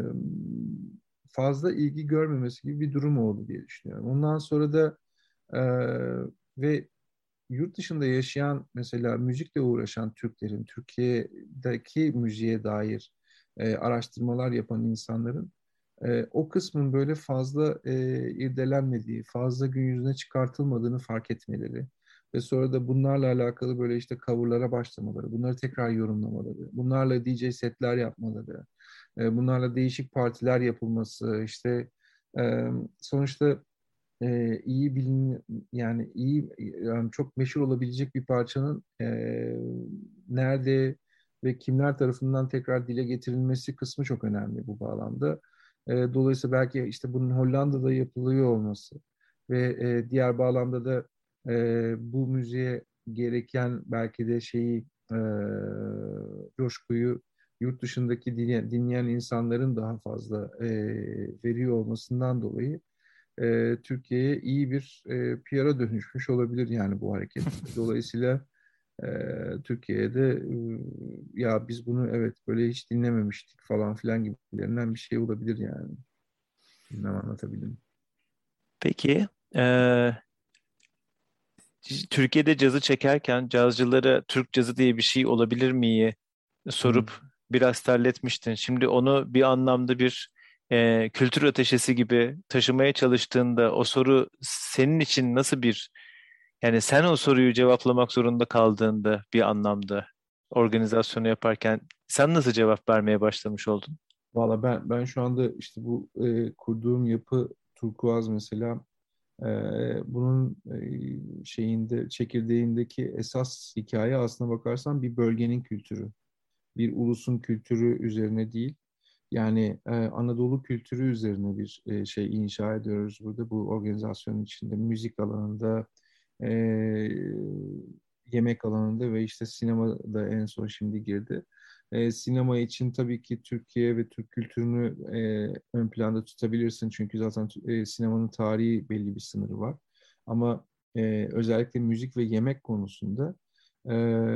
fazla ilgi görmemesi gibi bir durum oldu diye düşünüyorum. Ondan sonra da e, ve yurt dışında yaşayan mesela müzikle uğraşan Türklerin, Türkiye'deki müziğe dair e, araştırmalar yapan insanların e, o kısmın böyle fazla e, irdelenmediği, fazla gün yüzüne çıkartılmadığını fark etmeleri ve sonra da bunlarla alakalı böyle işte coverlara başlamaları, bunları tekrar yorumlamaları, bunlarla D J setler yapmaları, e, bunlarla değişik partiler yapılması, işte e, sonuçta e, iyi bilin yani iyi yani çok meşhur olabilecek bir parçanın e, nerede ve kimler tarafından tekrar dile getirilmesi kısmı çok önemli bu bağlamda. E, dolayısıyla belki işte bunun Hollanda'da yapılıyor olması ve e, diğer bağlamda da e, bu müziğe gereken belki de şeyi e, coşkuyu yurt dışındaki dinleyen, dinleyen insanların daha fazla e, veriyor olmasından dolayı e, Türkiye'ye iyi bir e, P R'a dönüşmüş olabilir yani bu hareket. Dolayısıyla e, Türkiye'de e, ya biz bunu evet böyle hiç dinlememiştik falan filan gibilerinden bir şey olabilir yani. Bilmem anlatabildim. Peki e, Türkiye'de cazı çekerken cazcılara Türk cazı diye bir şey olabilir miyi Hmm. sorup biraz terletmiştin. Şimdi onu bir anlamda bir e, kültür ateşesi gibi taşımaya çalıştığında o soru senin için nasıl bir, yani sen o soruyu cevaplamak zorunda kaldığında bir anlamda organizasyonu yaparken sen nasıl cevap vermeye başlamış oldun? Valla ben ben şu anda işte bu e, kurduğum yapı Turkuaz mesela, e, bunun e, şeyinde çekirdeğindeki esas hikaye aslına bakarsan bir bölgenin kültürü, bir ulusun kültürü üzerine değil. Yani e, Anadolu kültürü üzerine bir e, şey inşa ediyoruz burada bu organizasyonun içinde, müzik alanında, e, yemek alanında ve işte sinema da en son şimdi girdi. E, sinema için tabii ki Türkiye ve Türk kültürünü e, ön planda tutabilirsin çünkü zaten e, sinemanın tarihi belli bir sınırı var. Ama e, özellikle müzik ve yemek konusunda e,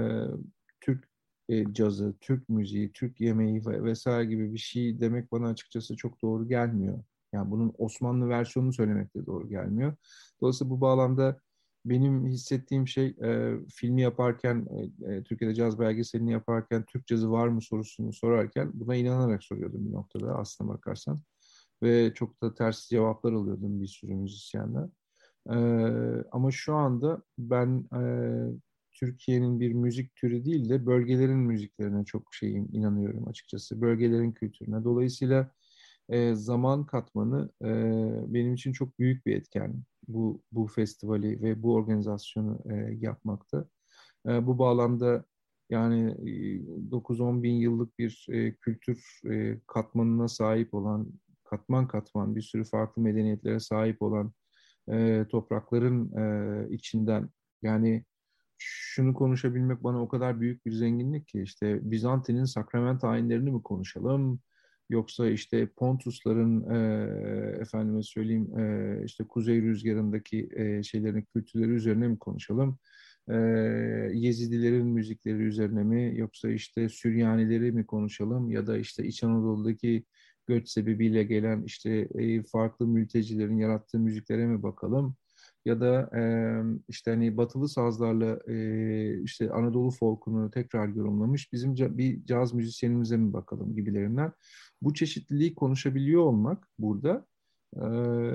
Türk e, cazı, Türk müziği, Türk yemeği ve vesaire gibi bir şey demek bana açıkçası çok doğru gelmiyor. Yani bunun Osmanlı versiyonunu söylemek de doğru gelmiyor. Dolayısıyla bu bağlamda benim hissettiğim şey, e, filmi yaparken, e, e, Türkiye'de caz belgeselini yaparken Türk cazı var mı sorusunu sorarken buna inanarak soruyordum bir noktada aslına bakarsan. Ve çok da ters cevaplar alıyordum bir sürü müzisyenden. E, Ama şu anda ben e, Türkiye'nin bir müzik türü değil de bölgelerin müziklerine çok şeyim, inanıyorum açıkçası. Bölgelerin kültürüne. Dolayısıyla e, zaman katmanı e, benim için çok büyük bir etken bu bu festivali ve bu organizasyonu e, yapmakta. E, bu bağlamda yani e, dokuz on bin yıllık bir e, kültür e, katmanına sahip olan, katman katman bir sürü farklı medeniyetlere sahip olan e, toprakların e, içinden, yani şunu konuşabilmek bana o kadar büyük bir zenginlik ki, işte Bizantin'in sakrament ayinlerini mi konuşalım, yoksa işte Pontusların e, efendime söyleyeyim e, işte Kuzey Rüzgarı'ndaki e, şeylerin kültürleri üzerine mi konuşalım? E, Yezidilerin müzikleri üzerine mi, yoksa işte Süryanileri mi konuşalım, ya da işte İç Anadolu'daki göç sebebiyle gelen işte e, farklı mültecilerin yarattığı müziklere mi bakalım? Ya da e, işte hani batılı sazlarla e, işte Anadolu folkunu tekrar yorumlamış bizim ca- bir caz müzisyenimize mi bakalım gibilerinden. Bu çeşitliliği konuşabiliyor olmak burada e,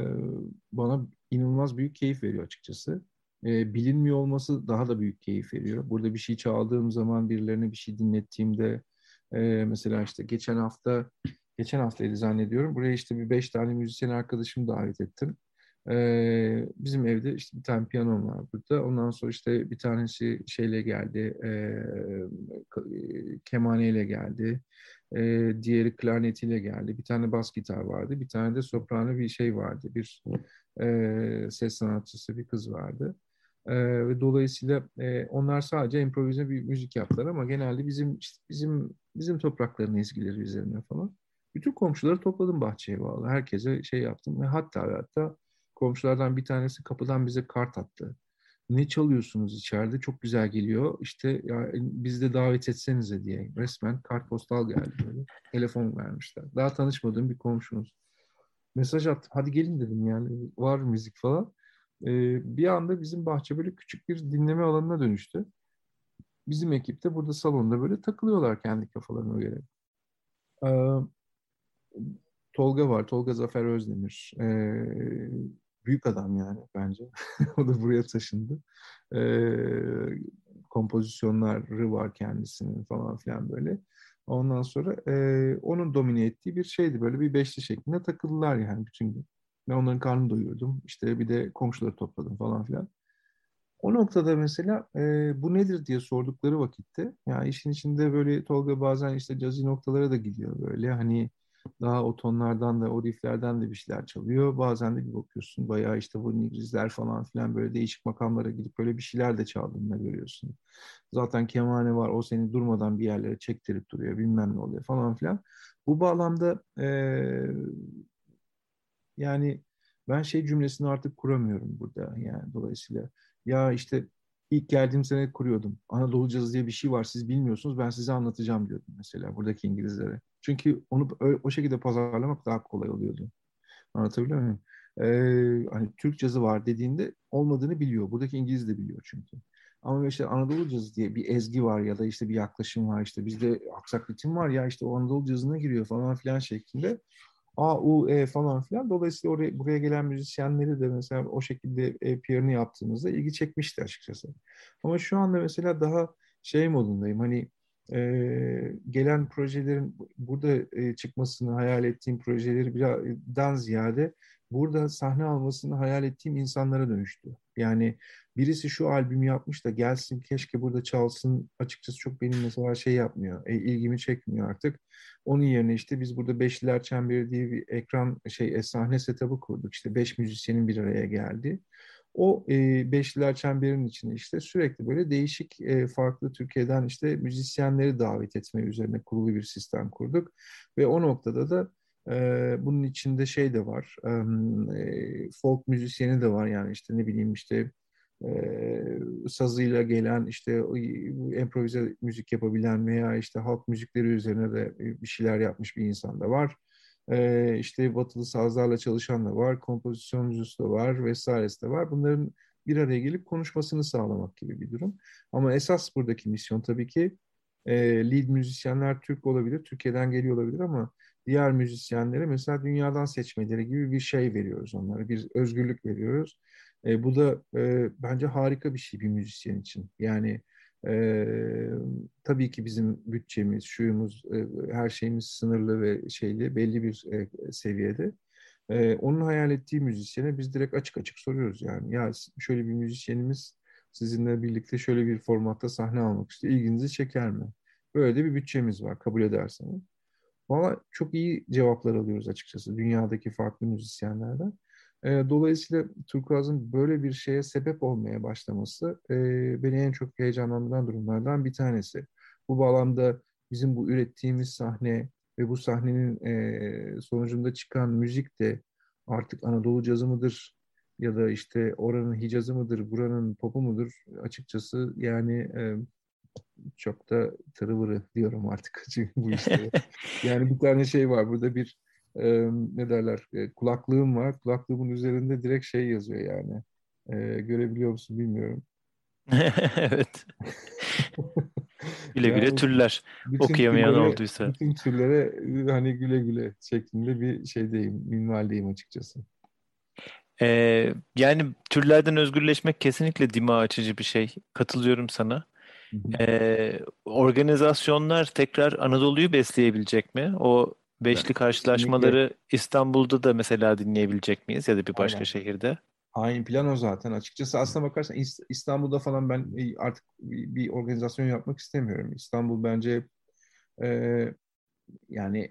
bana inanılmaz büyük keyif veriyor açıkçası. E, bilinmiyor olması daha da büyük keyif veriyor. Burada bir şey çaldığım zaman, birilerine bir şey dinlettiğimde, e, mesela işte geçen hafta geçen haftaydı zannediyorum. Buraya işte bir beş tane müzisyen arkadaşımı davet ettim. Ee, bizim evde işte bir tane piyanom var burada. Ondan sonra işte bir tanesi şeyle geldi, e, ka- kemaneyle geldi. E, diğeri klarnetiyle geldi. Bir tane bas gitar vardı. Bir tane de soprano bir şey vardı. Bir e, ses sanatçısı bir kız vardı. E, ve dolayısıyla e, onlar sadece improvize bir müzik yaptılar ama genelde bizim işte bizim bizim toprakların ezgileri üzerine falan. Bütün komşuları topladım bahçeye bağlı. Herkese şey yaptım ve hatta ve hatta komşulardan bir tanesi kapıdan bize kart attı. Ne çalıyorsunuz içeride? Çok güzel geliyor. İşte ya biz de davet etsenize diye. Resmen kartpostal geldi böyle. Telefon vermişler. Daha tanışmadığım bir komşumuz. Mesaj attım. Hadi gelin dedim yani. Var müzik falan. Ee, bir anda bizim bahçe böyle küçük bir dinleme alanına dönüştü. Bizim ekip de burada salonda böyle takılıyorlar kendi kafalarına göre. Ee, Tolga var. Tolga Zafer Özdemir. Ee, büyük adam yani bence. O da buraya taşındı. Ee, kompozisyonları var kendisinin falan filan böyle. Ondan sonra e, onun domine ettiği bir şeydi. Böyle bir beşli şeklinde takıldılar yani bütün gün. Ben onların karnını doyurdum. İşte bir de komşuları topladım falan filan. O noktada mesela e, bu nedir diye sordukları vakitte, ya işin içinde böyle Tolga bazen işte cazı noktalara da gidiyor böyle, hani daha o tonlardan da o rifflerden de bir şeyler çalıyor. Bazen de bir bakıyorsun bayağı işte bu nigrizler falan filan böyle değişik makamlara gidip böyle bir şeyler de çaldığını görüyorsun. Zaten kemane var, o seni durmadan bir yerlere çektirip duruyor, bilmem ne oluyor falan filan. Bu bağlamda e, yani ben şey cümlesini artık kuramıyorum burada yani dolayısıyla. Ya işte ilk geldiğim sene kuruyordum. Anadolu cazı diye bir şey var, siz bilmiyorsunuz, ben size anlatacağım diyordum mesela buradaki İngilizlere. Çünkü onu ö- o şekilde pazarlamak daha kolay oluyordu. Anlatabiliyor muyum? Ee, hani Türk cazı var dediğinde olmadığını biliyor. Buradaki İngiliz de biliyor çünkü. Ama işte Anadolu cazı diye bir ezgi var ya da işte bir yaklaşım var, işte bizde aksak ritim var ya, işte o Anadolu cazına giriyor falan filan şeklinde. A, U, E falan filan. Dolayısıyla oraya, buraya gelen müzisyenleri de mesela o şekilde e, P R'ını yaptığımızda ilgi çekmişti açıkçası. Ama şu anda mesela daha şey modundayım. Hani e, gelen projelerin burada e, çıkmasını hayal ettiğim projeleri birazdan ziyade burada sahne almasını hayal ettiğim insanlara dönüştü. Yani birisi şu albümü yapmış da gelsin keşke burada çalsın, açıkçası çok benim mesela şey yapmıyor, e, ilgimi çekmiyor artık. Onun yerine işte biz burada Beşliler Çemberi diye bir ekran şey e, sahne setup'ı kurduk. İşte beş müzisyenin bir araya geldi. O e, Beşliler Çemberi'nin içinde işte sürekli böyle değişik e, farklı Türkiye'den işte müzisyenleri davet etme üzerine kurulu bir sistem kurduk. Ve o noktada da e, bunun içinde şey de var, e, folk müzisyeni de var, yani işte ne bileyim işte e, sazıyla gelen işte improvize müzik yapabilen veya işte halk müzikleri üzerine de bir şeyler yapmış bir insan da var. Ee, işte batılı sazlarla çalışan da var, kompozisyoncusu da var vesairesi de var. Bunların bir araya gelip konuşmasını sağlamak gibi bir durum. Ama esas buradaki misyon tabii ki e, lead müzisyenler Türk olabilir, Türkiye'den geliyor olabilir ama diğer müzisyenlere mesela dünyadan seçmeleri gibi bir şey veriyoruz onlara, bir özgürlük veriyoruz. E, bu da e, bence harika bir şey bir müzisyen için. Yani ee, tabii ki bizim bütçemiz, şuyumuz, e, her şeyimiz sınırlı ve şeyli, belli bir e, seviyede. Ee, onun hayal ettiği müzisyene biz direkt açık açık soruyoruz yani. Ya şöyle bir müzisyenimiz sizinle birlikte şöyle bir formatta sahne almak istiyor. İlginizi çeker mi? Böyle de bir bütçemiz var, kabul ederseniz. Valla çok iyi cevaplar alıyoruz açıkçası dünyadaki farklı müzisyenlerden. E, dolayısıyla Turkuaz'ın böyle bir şeye sebep olmaya başlaması e, beni en çok heyecanlandıran durumlardan bir tanesi. Bu bağlamda bizim bu ürettiğimiz sahne ve bu sahnenin e, sonucunda çıkan müzik de artık Anadolu cazı mıdır ya da işte oranın Hicazı mıdır, buranın popu mudur, açıkçası yani e, çok da tırıvırı diyorum artık çünkü bu işlere. Yani bir tane şey var burada, bir e, ne derler, e, kulaklığım var. Kulaklığımın üzerinde direkt şey yazıyor yani. E, görebiliyor musun bilmiyorum. Evet. Güle güle Yani türler. bütün Okuyamayan türlere olduysa. bütün türlere e, hani güle güle şeklinde bir şeydeyim, minvaldeyim açıkçası. Ee, yani türlerden özgürleşmek kesinlikle dima açıcı bir şey. Katılıyorum sana. Hı hı. Ee, organizasyonlar tekrar Anadolu'yu besleyebilecek mi? O Ben beşli kesinlikle karşılaşmaları İstanbul'da da mesela dinleyebilecek miyiz ya da bir başka aynen. şehirde? Hain plan o zaten açıkçası. Aslına bakarsan İs- İstanbul'da falan ben e, artık bir bir organizasyon yapmak istemiyorum. İstanbul bence e, yani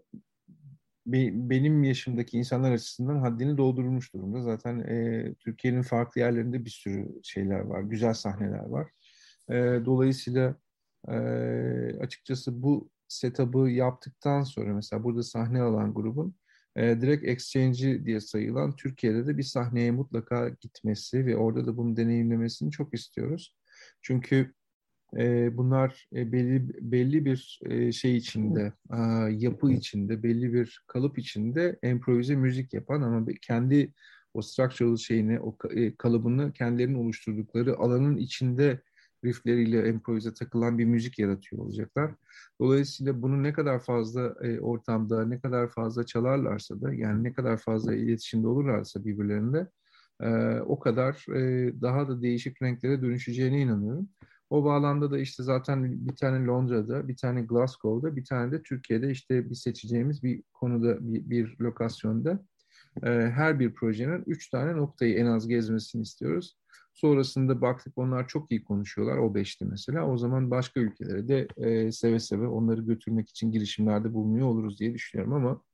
be- benim yaşımdaki insanlar açısından haddini doldurmuş durumda. Zaten e, Türkiye'nin farklı yerlerinde bir sürü şeyler var, güzel sahneler var. E, dolayısıyla e, açıkçası bu setup'ı yaptıktan sonra mesela burada sahne alan grubun e, direkt exchange'i diye sayılan Türkiye'de de bir sahneye mutlaka gitmesi ve orada da bunu deneyimlemesini çok istiyoruz. Çünkü e, bunlar e, belli belli bir e, şey içinde, e, yapı içinde, belli bir kalıp içinde improvize müzik yapan ama bir- kendi o structural şeyini, o ka- e, kalıbını kendilerinin oluşturdukları alanın içinde riffleriyle improvize takılan bir müzik yaratıyor olacaklar. Dolayısıyla bunu ne kadar fazla e, ortamda, ne kadar fazla çalarlarsa da, yani ne kadar fazla iletişimde olurlarsa birbirlerinde, e, o kadar e, daha da değişik renklere dönüşeceğine inanıyorum. O bağlamda da işte zaten bir tane Londra'da, bir tane Glasgow'da, bir tane de Türkiye'de işte bir seçeceğimiz bir konuda, bir, bir lokasyonda e, her bir projenin üç tane noktayı en az gezmesini istiyoruz. Sonrasında baktık onlar çok iyi konuşuyorlar, o beşti mesela. O zaman başka ülkelere de e, seve seve onları götürmek için girişimlerde bulunuyor oluruz diye düşünüyorum ama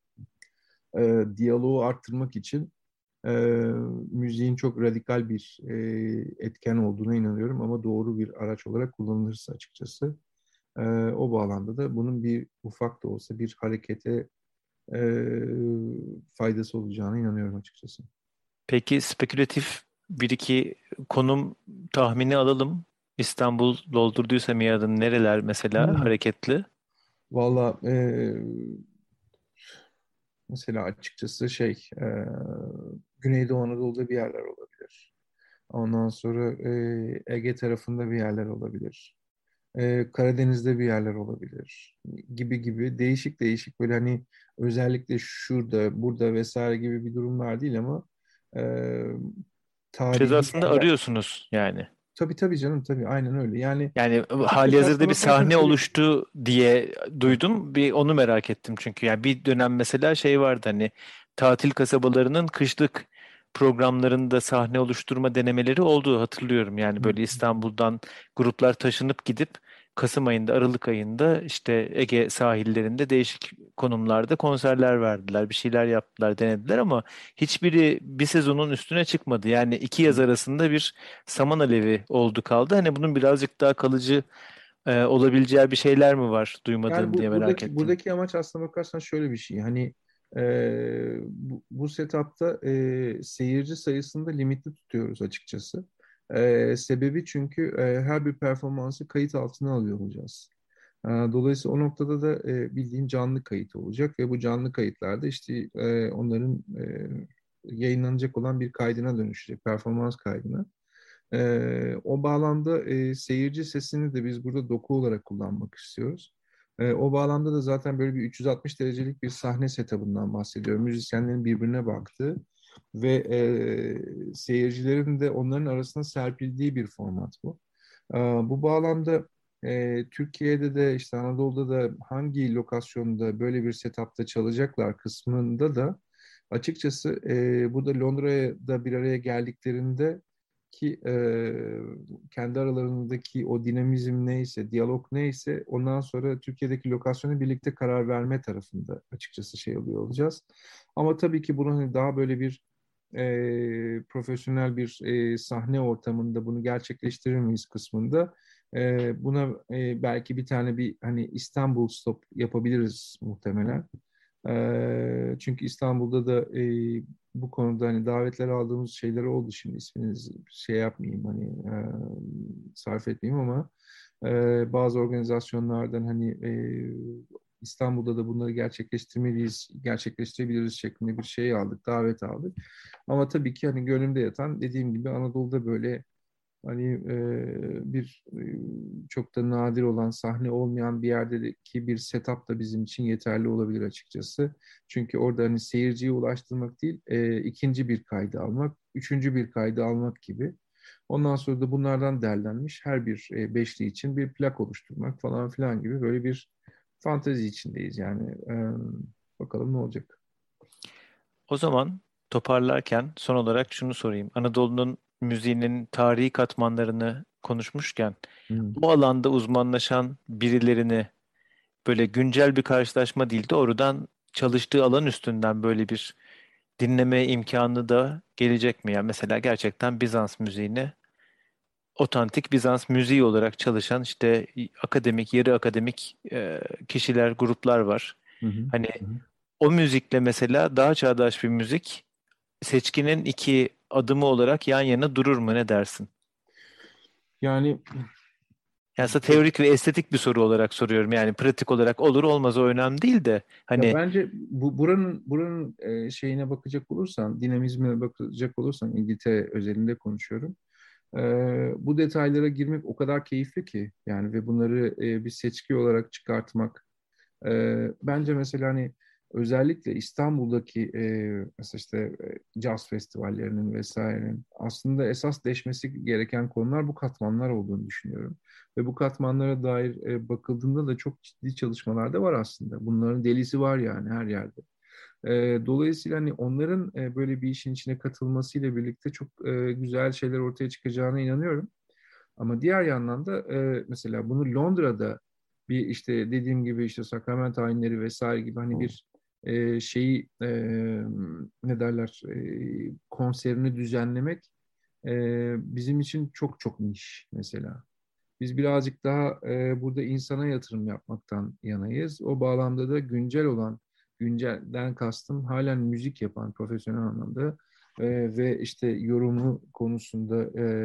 e, diyaloğu arttırmak için e, müziğin çok radikal bir e, etken olduğuna inanıyorum ama doğru bir araç olarak kullanılırsa açıkçası. E, o bağlamda da bunun bir ufak da olsa bir harekete e, faydası olacağına inanıyorum açıkçası. Peki spekülatif bir iki konum tahmini alalım. İstanbul doldurduysa miadını nereler mesela Hmm. hareketli? Valla e, mesela açıkçası şey e, Güneydoğu Anadolu'da bir yerler olabilir. Ondan sonra e, Ege tarafında bir yerler olabilir. Ee, Karadeniz'de bir yerler olabilir gibi gibi değişik değişik böyle hani özellikle şurada burada vesaire gibi bir durumlar değil ama e, Biraz tarihi aslında yerler. arıyorsunuz yani. Tabii tabii canım, tabii aynen öyle. Yani Yani açıkçası halihazırda aslına bir bakarsan sahne şöyle. oluştu diye duydum. Bir onu merak ettim çünkü. Yani bir dönem mesela şey vardı, hani tatil kasabalarının kışlık programlarında sahne oluşturma denemeleri olduğu hatırlıyorum. Yani böyle İstanbul'dan gruplar taşınıp gidip Kasım ayında, Aralık ayında işte Ege sahillerinde değişik konumlarda konserler verdiler. Bir şeyler yaptılar, denediler ama hiçbiri bir sezonun üstüne çıkmadı. Yani iki yaz arasında bir saman alevi oldu kaldı. Hani bunun birazcık daha kalıcı e, olabileceği bir şeyler mi var Yani duymadığım diye bu merak buradaki ettim. buradaki amaç aslına bakarsan şöyle bir şey. Hani e, bu, bu setup'ta e, seyirci sayısını da limitli tutuyoruz açıkçası. E, sebebi çünkü e, her bir performansı kayıt altına alıyor olacağız. E, Dolayısıyla o noktada da e, bildiğin canlı kayıt olacak ve bu canlı kayıtlarda işte e, onların e, yayınlanacak olan bir kaydına dönüşecek, performans kaydına. Ee, o bağlamda e, seyirci sesini de biz burada doku olarak kullanmak istiyoruz. Ee, o bağlamda da zaten böyle bir üç yüz altmış derecelik bir sahne setup'ından bahsediyorum. Müzisyenlerin birbirine baktığı ve e, seyircilerin de onların arasına serpildiği bir format bu. Ee, bu bağlamda e, Türkiye'de de işte Anadolu'da da hangi lokasyonda böyle bir setup'ta çalacaklar kısmında da açıkçası e, burada Londra'ya da bir araya geldiklerinde ki e, kendi aralarındaki o dinamizm neyse, diyalog neyse ondan sonra Türkiye'deki lokasyonu birlikte karar verme tarafında açıkçası şey oluyor olacağız. Ama tabii ki bunu hani daha böyle bir e, profesyonel bir e, sahne ortamında bunu gerçekleştirir miyiz kısmında e, buna e, belki bir tane bir hani İstanbul stop yapabiliriz muhtemelen. E, çünkü İstanbul'da da e, bu konuda hani davetler aldığımız şeyler oldu, şimdi isminizi şey yapmayayım hani e, sarf etmeyeyim ama e, bazı organizasyonlardan hani e, İstanbul'da da bunları gerçekleştirmeliyiz, gerçekleştirebiliriz şeklinde bir şey aldık, davet aldık. Ama tabii ki hani gönlümde yatan dediğim gibi Anadolu'da böyle hani e, bir e, çok da nadir olan sahne olmayan bir yerdeki bir setup da bizim için yeterli olabilir açıkçası. Çünkü orada hani seyirciye ulaştırmak değil, e, ikinci bir kaydı almak, üçüncü bir kaydı almak gibi. Ondan sonra da bunlardan derlenmiş her bir e, beşli için bir plak oluşturmak falan filan gibi böyle bir fantezi içindeyiz yani. E, bakalım ne olacak. O zaman toparlarken son olarak şunu sorayım. Anadolu'nun müziğinin tarihi katmanlarını konuşmuşken Hı. bu alanda uzmanlaşan birilerini, böyle güncel bir karşılaşma değil, doğrudan çalıştığı alan üstünden böyle bir dinleme imkanı da gelecek mi? Yani mesela gerçekten Bizans müziğini otantik Bizans müziği olarak çalışan işte akademik, yarı akademik e, kişiler, gruplar var. Hı hı. Hani Hı hı. o müzikle mesela daha çağdaş bir müzik seçkinin iki adımı olarak yan yana durur mu, ne dersin? Yani Yani aslında teorik ve estetik bir soru olarak soruyorum. Yani pratik olarak olur olmaz o önemli değil de ya hani bence bu buranın buranın e, şeyine bakacak olursan, dinamizmine bakacak olursan İngiltere özelinde konuşuyorum. E, bu detaylara girmek o kadar keyifli ki yani ve bunları e, bir seçki olarak çıkartmak. Ee, bence mesela hani özellikle İstanbul'daki e, mesela işte e, caz festivallerinin vesairenin aslında esas deşmesi gereken konular bu katmanlar olduğunu düşünüyorum. Ve bu katmanlara dair e, bakıldığında da çok ciddi çalışmalar da var aslında. Bunların delisi var yani her yerde. E, dolayısıyla hani onların e, böyle bir işin içine katılmasıyla birlikte çok e, güzel şeyler ortaya çıkacağına inanıyorum. Ama diğer yandan da e, mesela bunu Londra'da bir işte dediğim gibi işte sakrament ayinleri vesaire gibi hani bir e, şeyi e, ne derler e, konserini düzenlemek e, bizim için çok çok niş mesela. Biz birazcık daha e, burada insana yatırım yapmaktan yanayız. O bağlamda da güncel olan, güncelden kastım halen müzik yapan profesyonel anlamda e, ve işte yorumu konusunda e,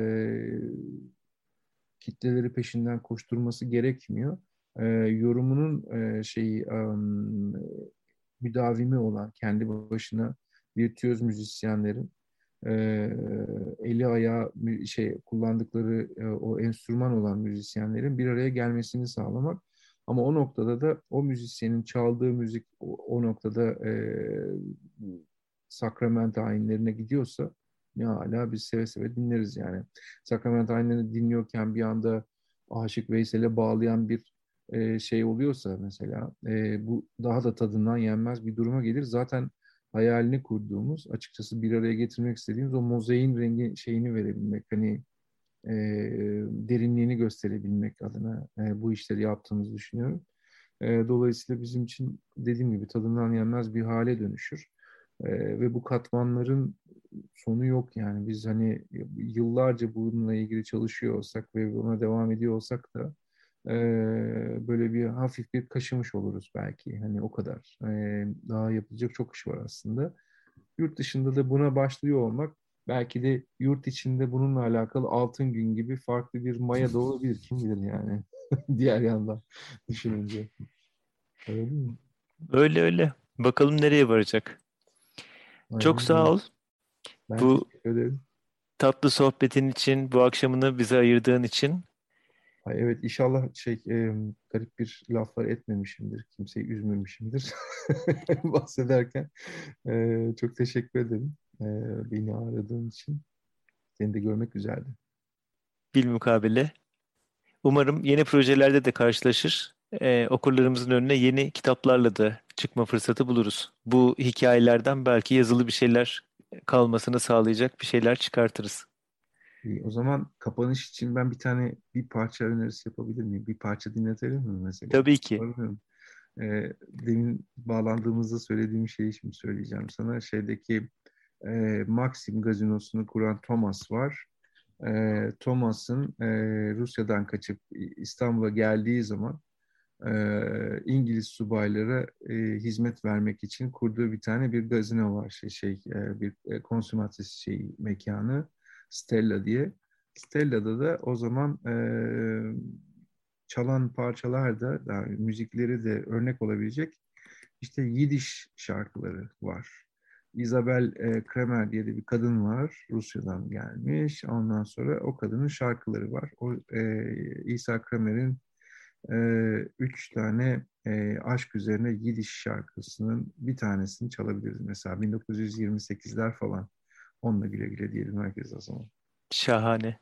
kitleleri peşinden koşturması gerekmiyor. E, yorumunun e, şeyi um, müdavimi olan kendi başına virtüöz müzisyenlerin e, eli ayağı mü- şey kullandıkları e, o enstrüman olan müzisyenlerin bir araya gelmesini sağlamak. Ama o noktada da o müzisyenin çaldığı müzik o, o noktada e, sakrament ayinlerine gidiyorsa Ya hala biz seve seve dinleriz yani. Sakrament Ayinlerini dinliyorken bir anda Aşık Veysel'e bağlayan bir e, şey oluyorsa mesela e, bu daha da tadından yenmez bir duruma gelir. Zaten hayalini kurduğumuz, açıkçası bir araya getirmek istediğimiz o mozaiğin rengi şeyini verebilmek, hani e, derinliğini gösterebilmek adına e, bu işleri yaptığımızı düşünüyorum. E, dolayısıyla bizim için dediğim gibi tadından yenmez bir hale dönüşür. E, ve bu katmanların sonu yok yani. Biz hani yıllarca bununla ilgili çalışıyor olsak ve buna devam ediyor olsak da e, böyle bir hafif bir kaşımış oluruz belki. Hani o kadar. E, daha yapılacak çok iş var aslında. Yurt dışında da buna başlıyor olmak belki de yurt içinde bununla alakalı Altın Gün gibi farklı bir maya da olabilir. Kim bilir yani. Diğer yandan düşününce. Öyle değil mi? Öyle öyle. Bakalım nereye varacak. Çok Aynen öyle. sağ ol. Ben Bu teşekkür ederim. tatlı sohbetin için, bu akşamını bize ayırdığın için. Ay, evet, inşallah şey e, garip bir laflar etmemişimdir. Kimseyi üzmemişimdir. Bahsederken. E, çok teşekkür ederim. E, beni aradığın için. Seni de görmek güzeldi. Bilmukabele. Umarım yeni projelerde de karşılaşır. Ee, okurlarımızın önüne yeni kitaplarla da çıkma fırsatı buluruz. Bu hikayelerden belki yazılı bir şeyler kalmasını sağlayacak bir şeyler çıkartırız. İyi, o zaman kapanış için ben bir tane bir parça önerisi yapabilir miyim? Bir parça dinletelim mi mesela? Tabii ki. Bilmiyorum. E, demin bağlandığımızda söylediğim şeyi şimdi söyleyeceğim sana. Şeydeki e, Maxim gazinosunu kuran Thomas var. E, Thomas'ın e, Rusya'dan kaçıp İstanbul'a geldiği zaman e, İngiliz subaylara e, hizmet vermek için kurduğu bir tane bir gazino var. Şey, şey e, bir e, konsumatris şey mekanı Stella diye. Stella'da da o zaman e, çalan parçalar da yani müzikleri de örnek olabilecek işte Yidiş şarkıları var. Isabel e, Kremer diye de bir kadın var. Rusya'dan gelmiş. Ondan sonra o kadının şarkıları var. O e, İsa Kremer'in e, üç tane e, aşk üzerine Yidiş şarkısının bir tanesini çalabiliriz. Mesela bin dokuz yüz yirmi sekizler falan. Onunla güle güle diyelim herkese o zaman. Şahane.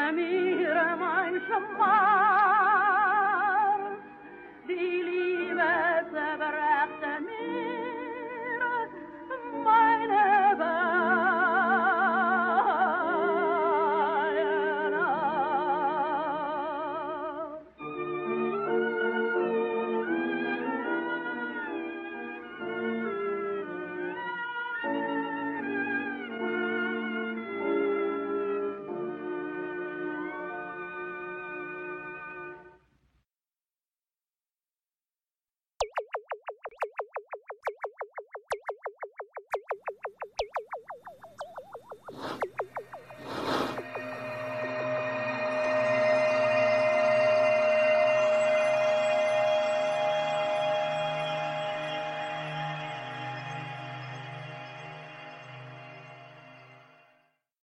Emir mein Şamar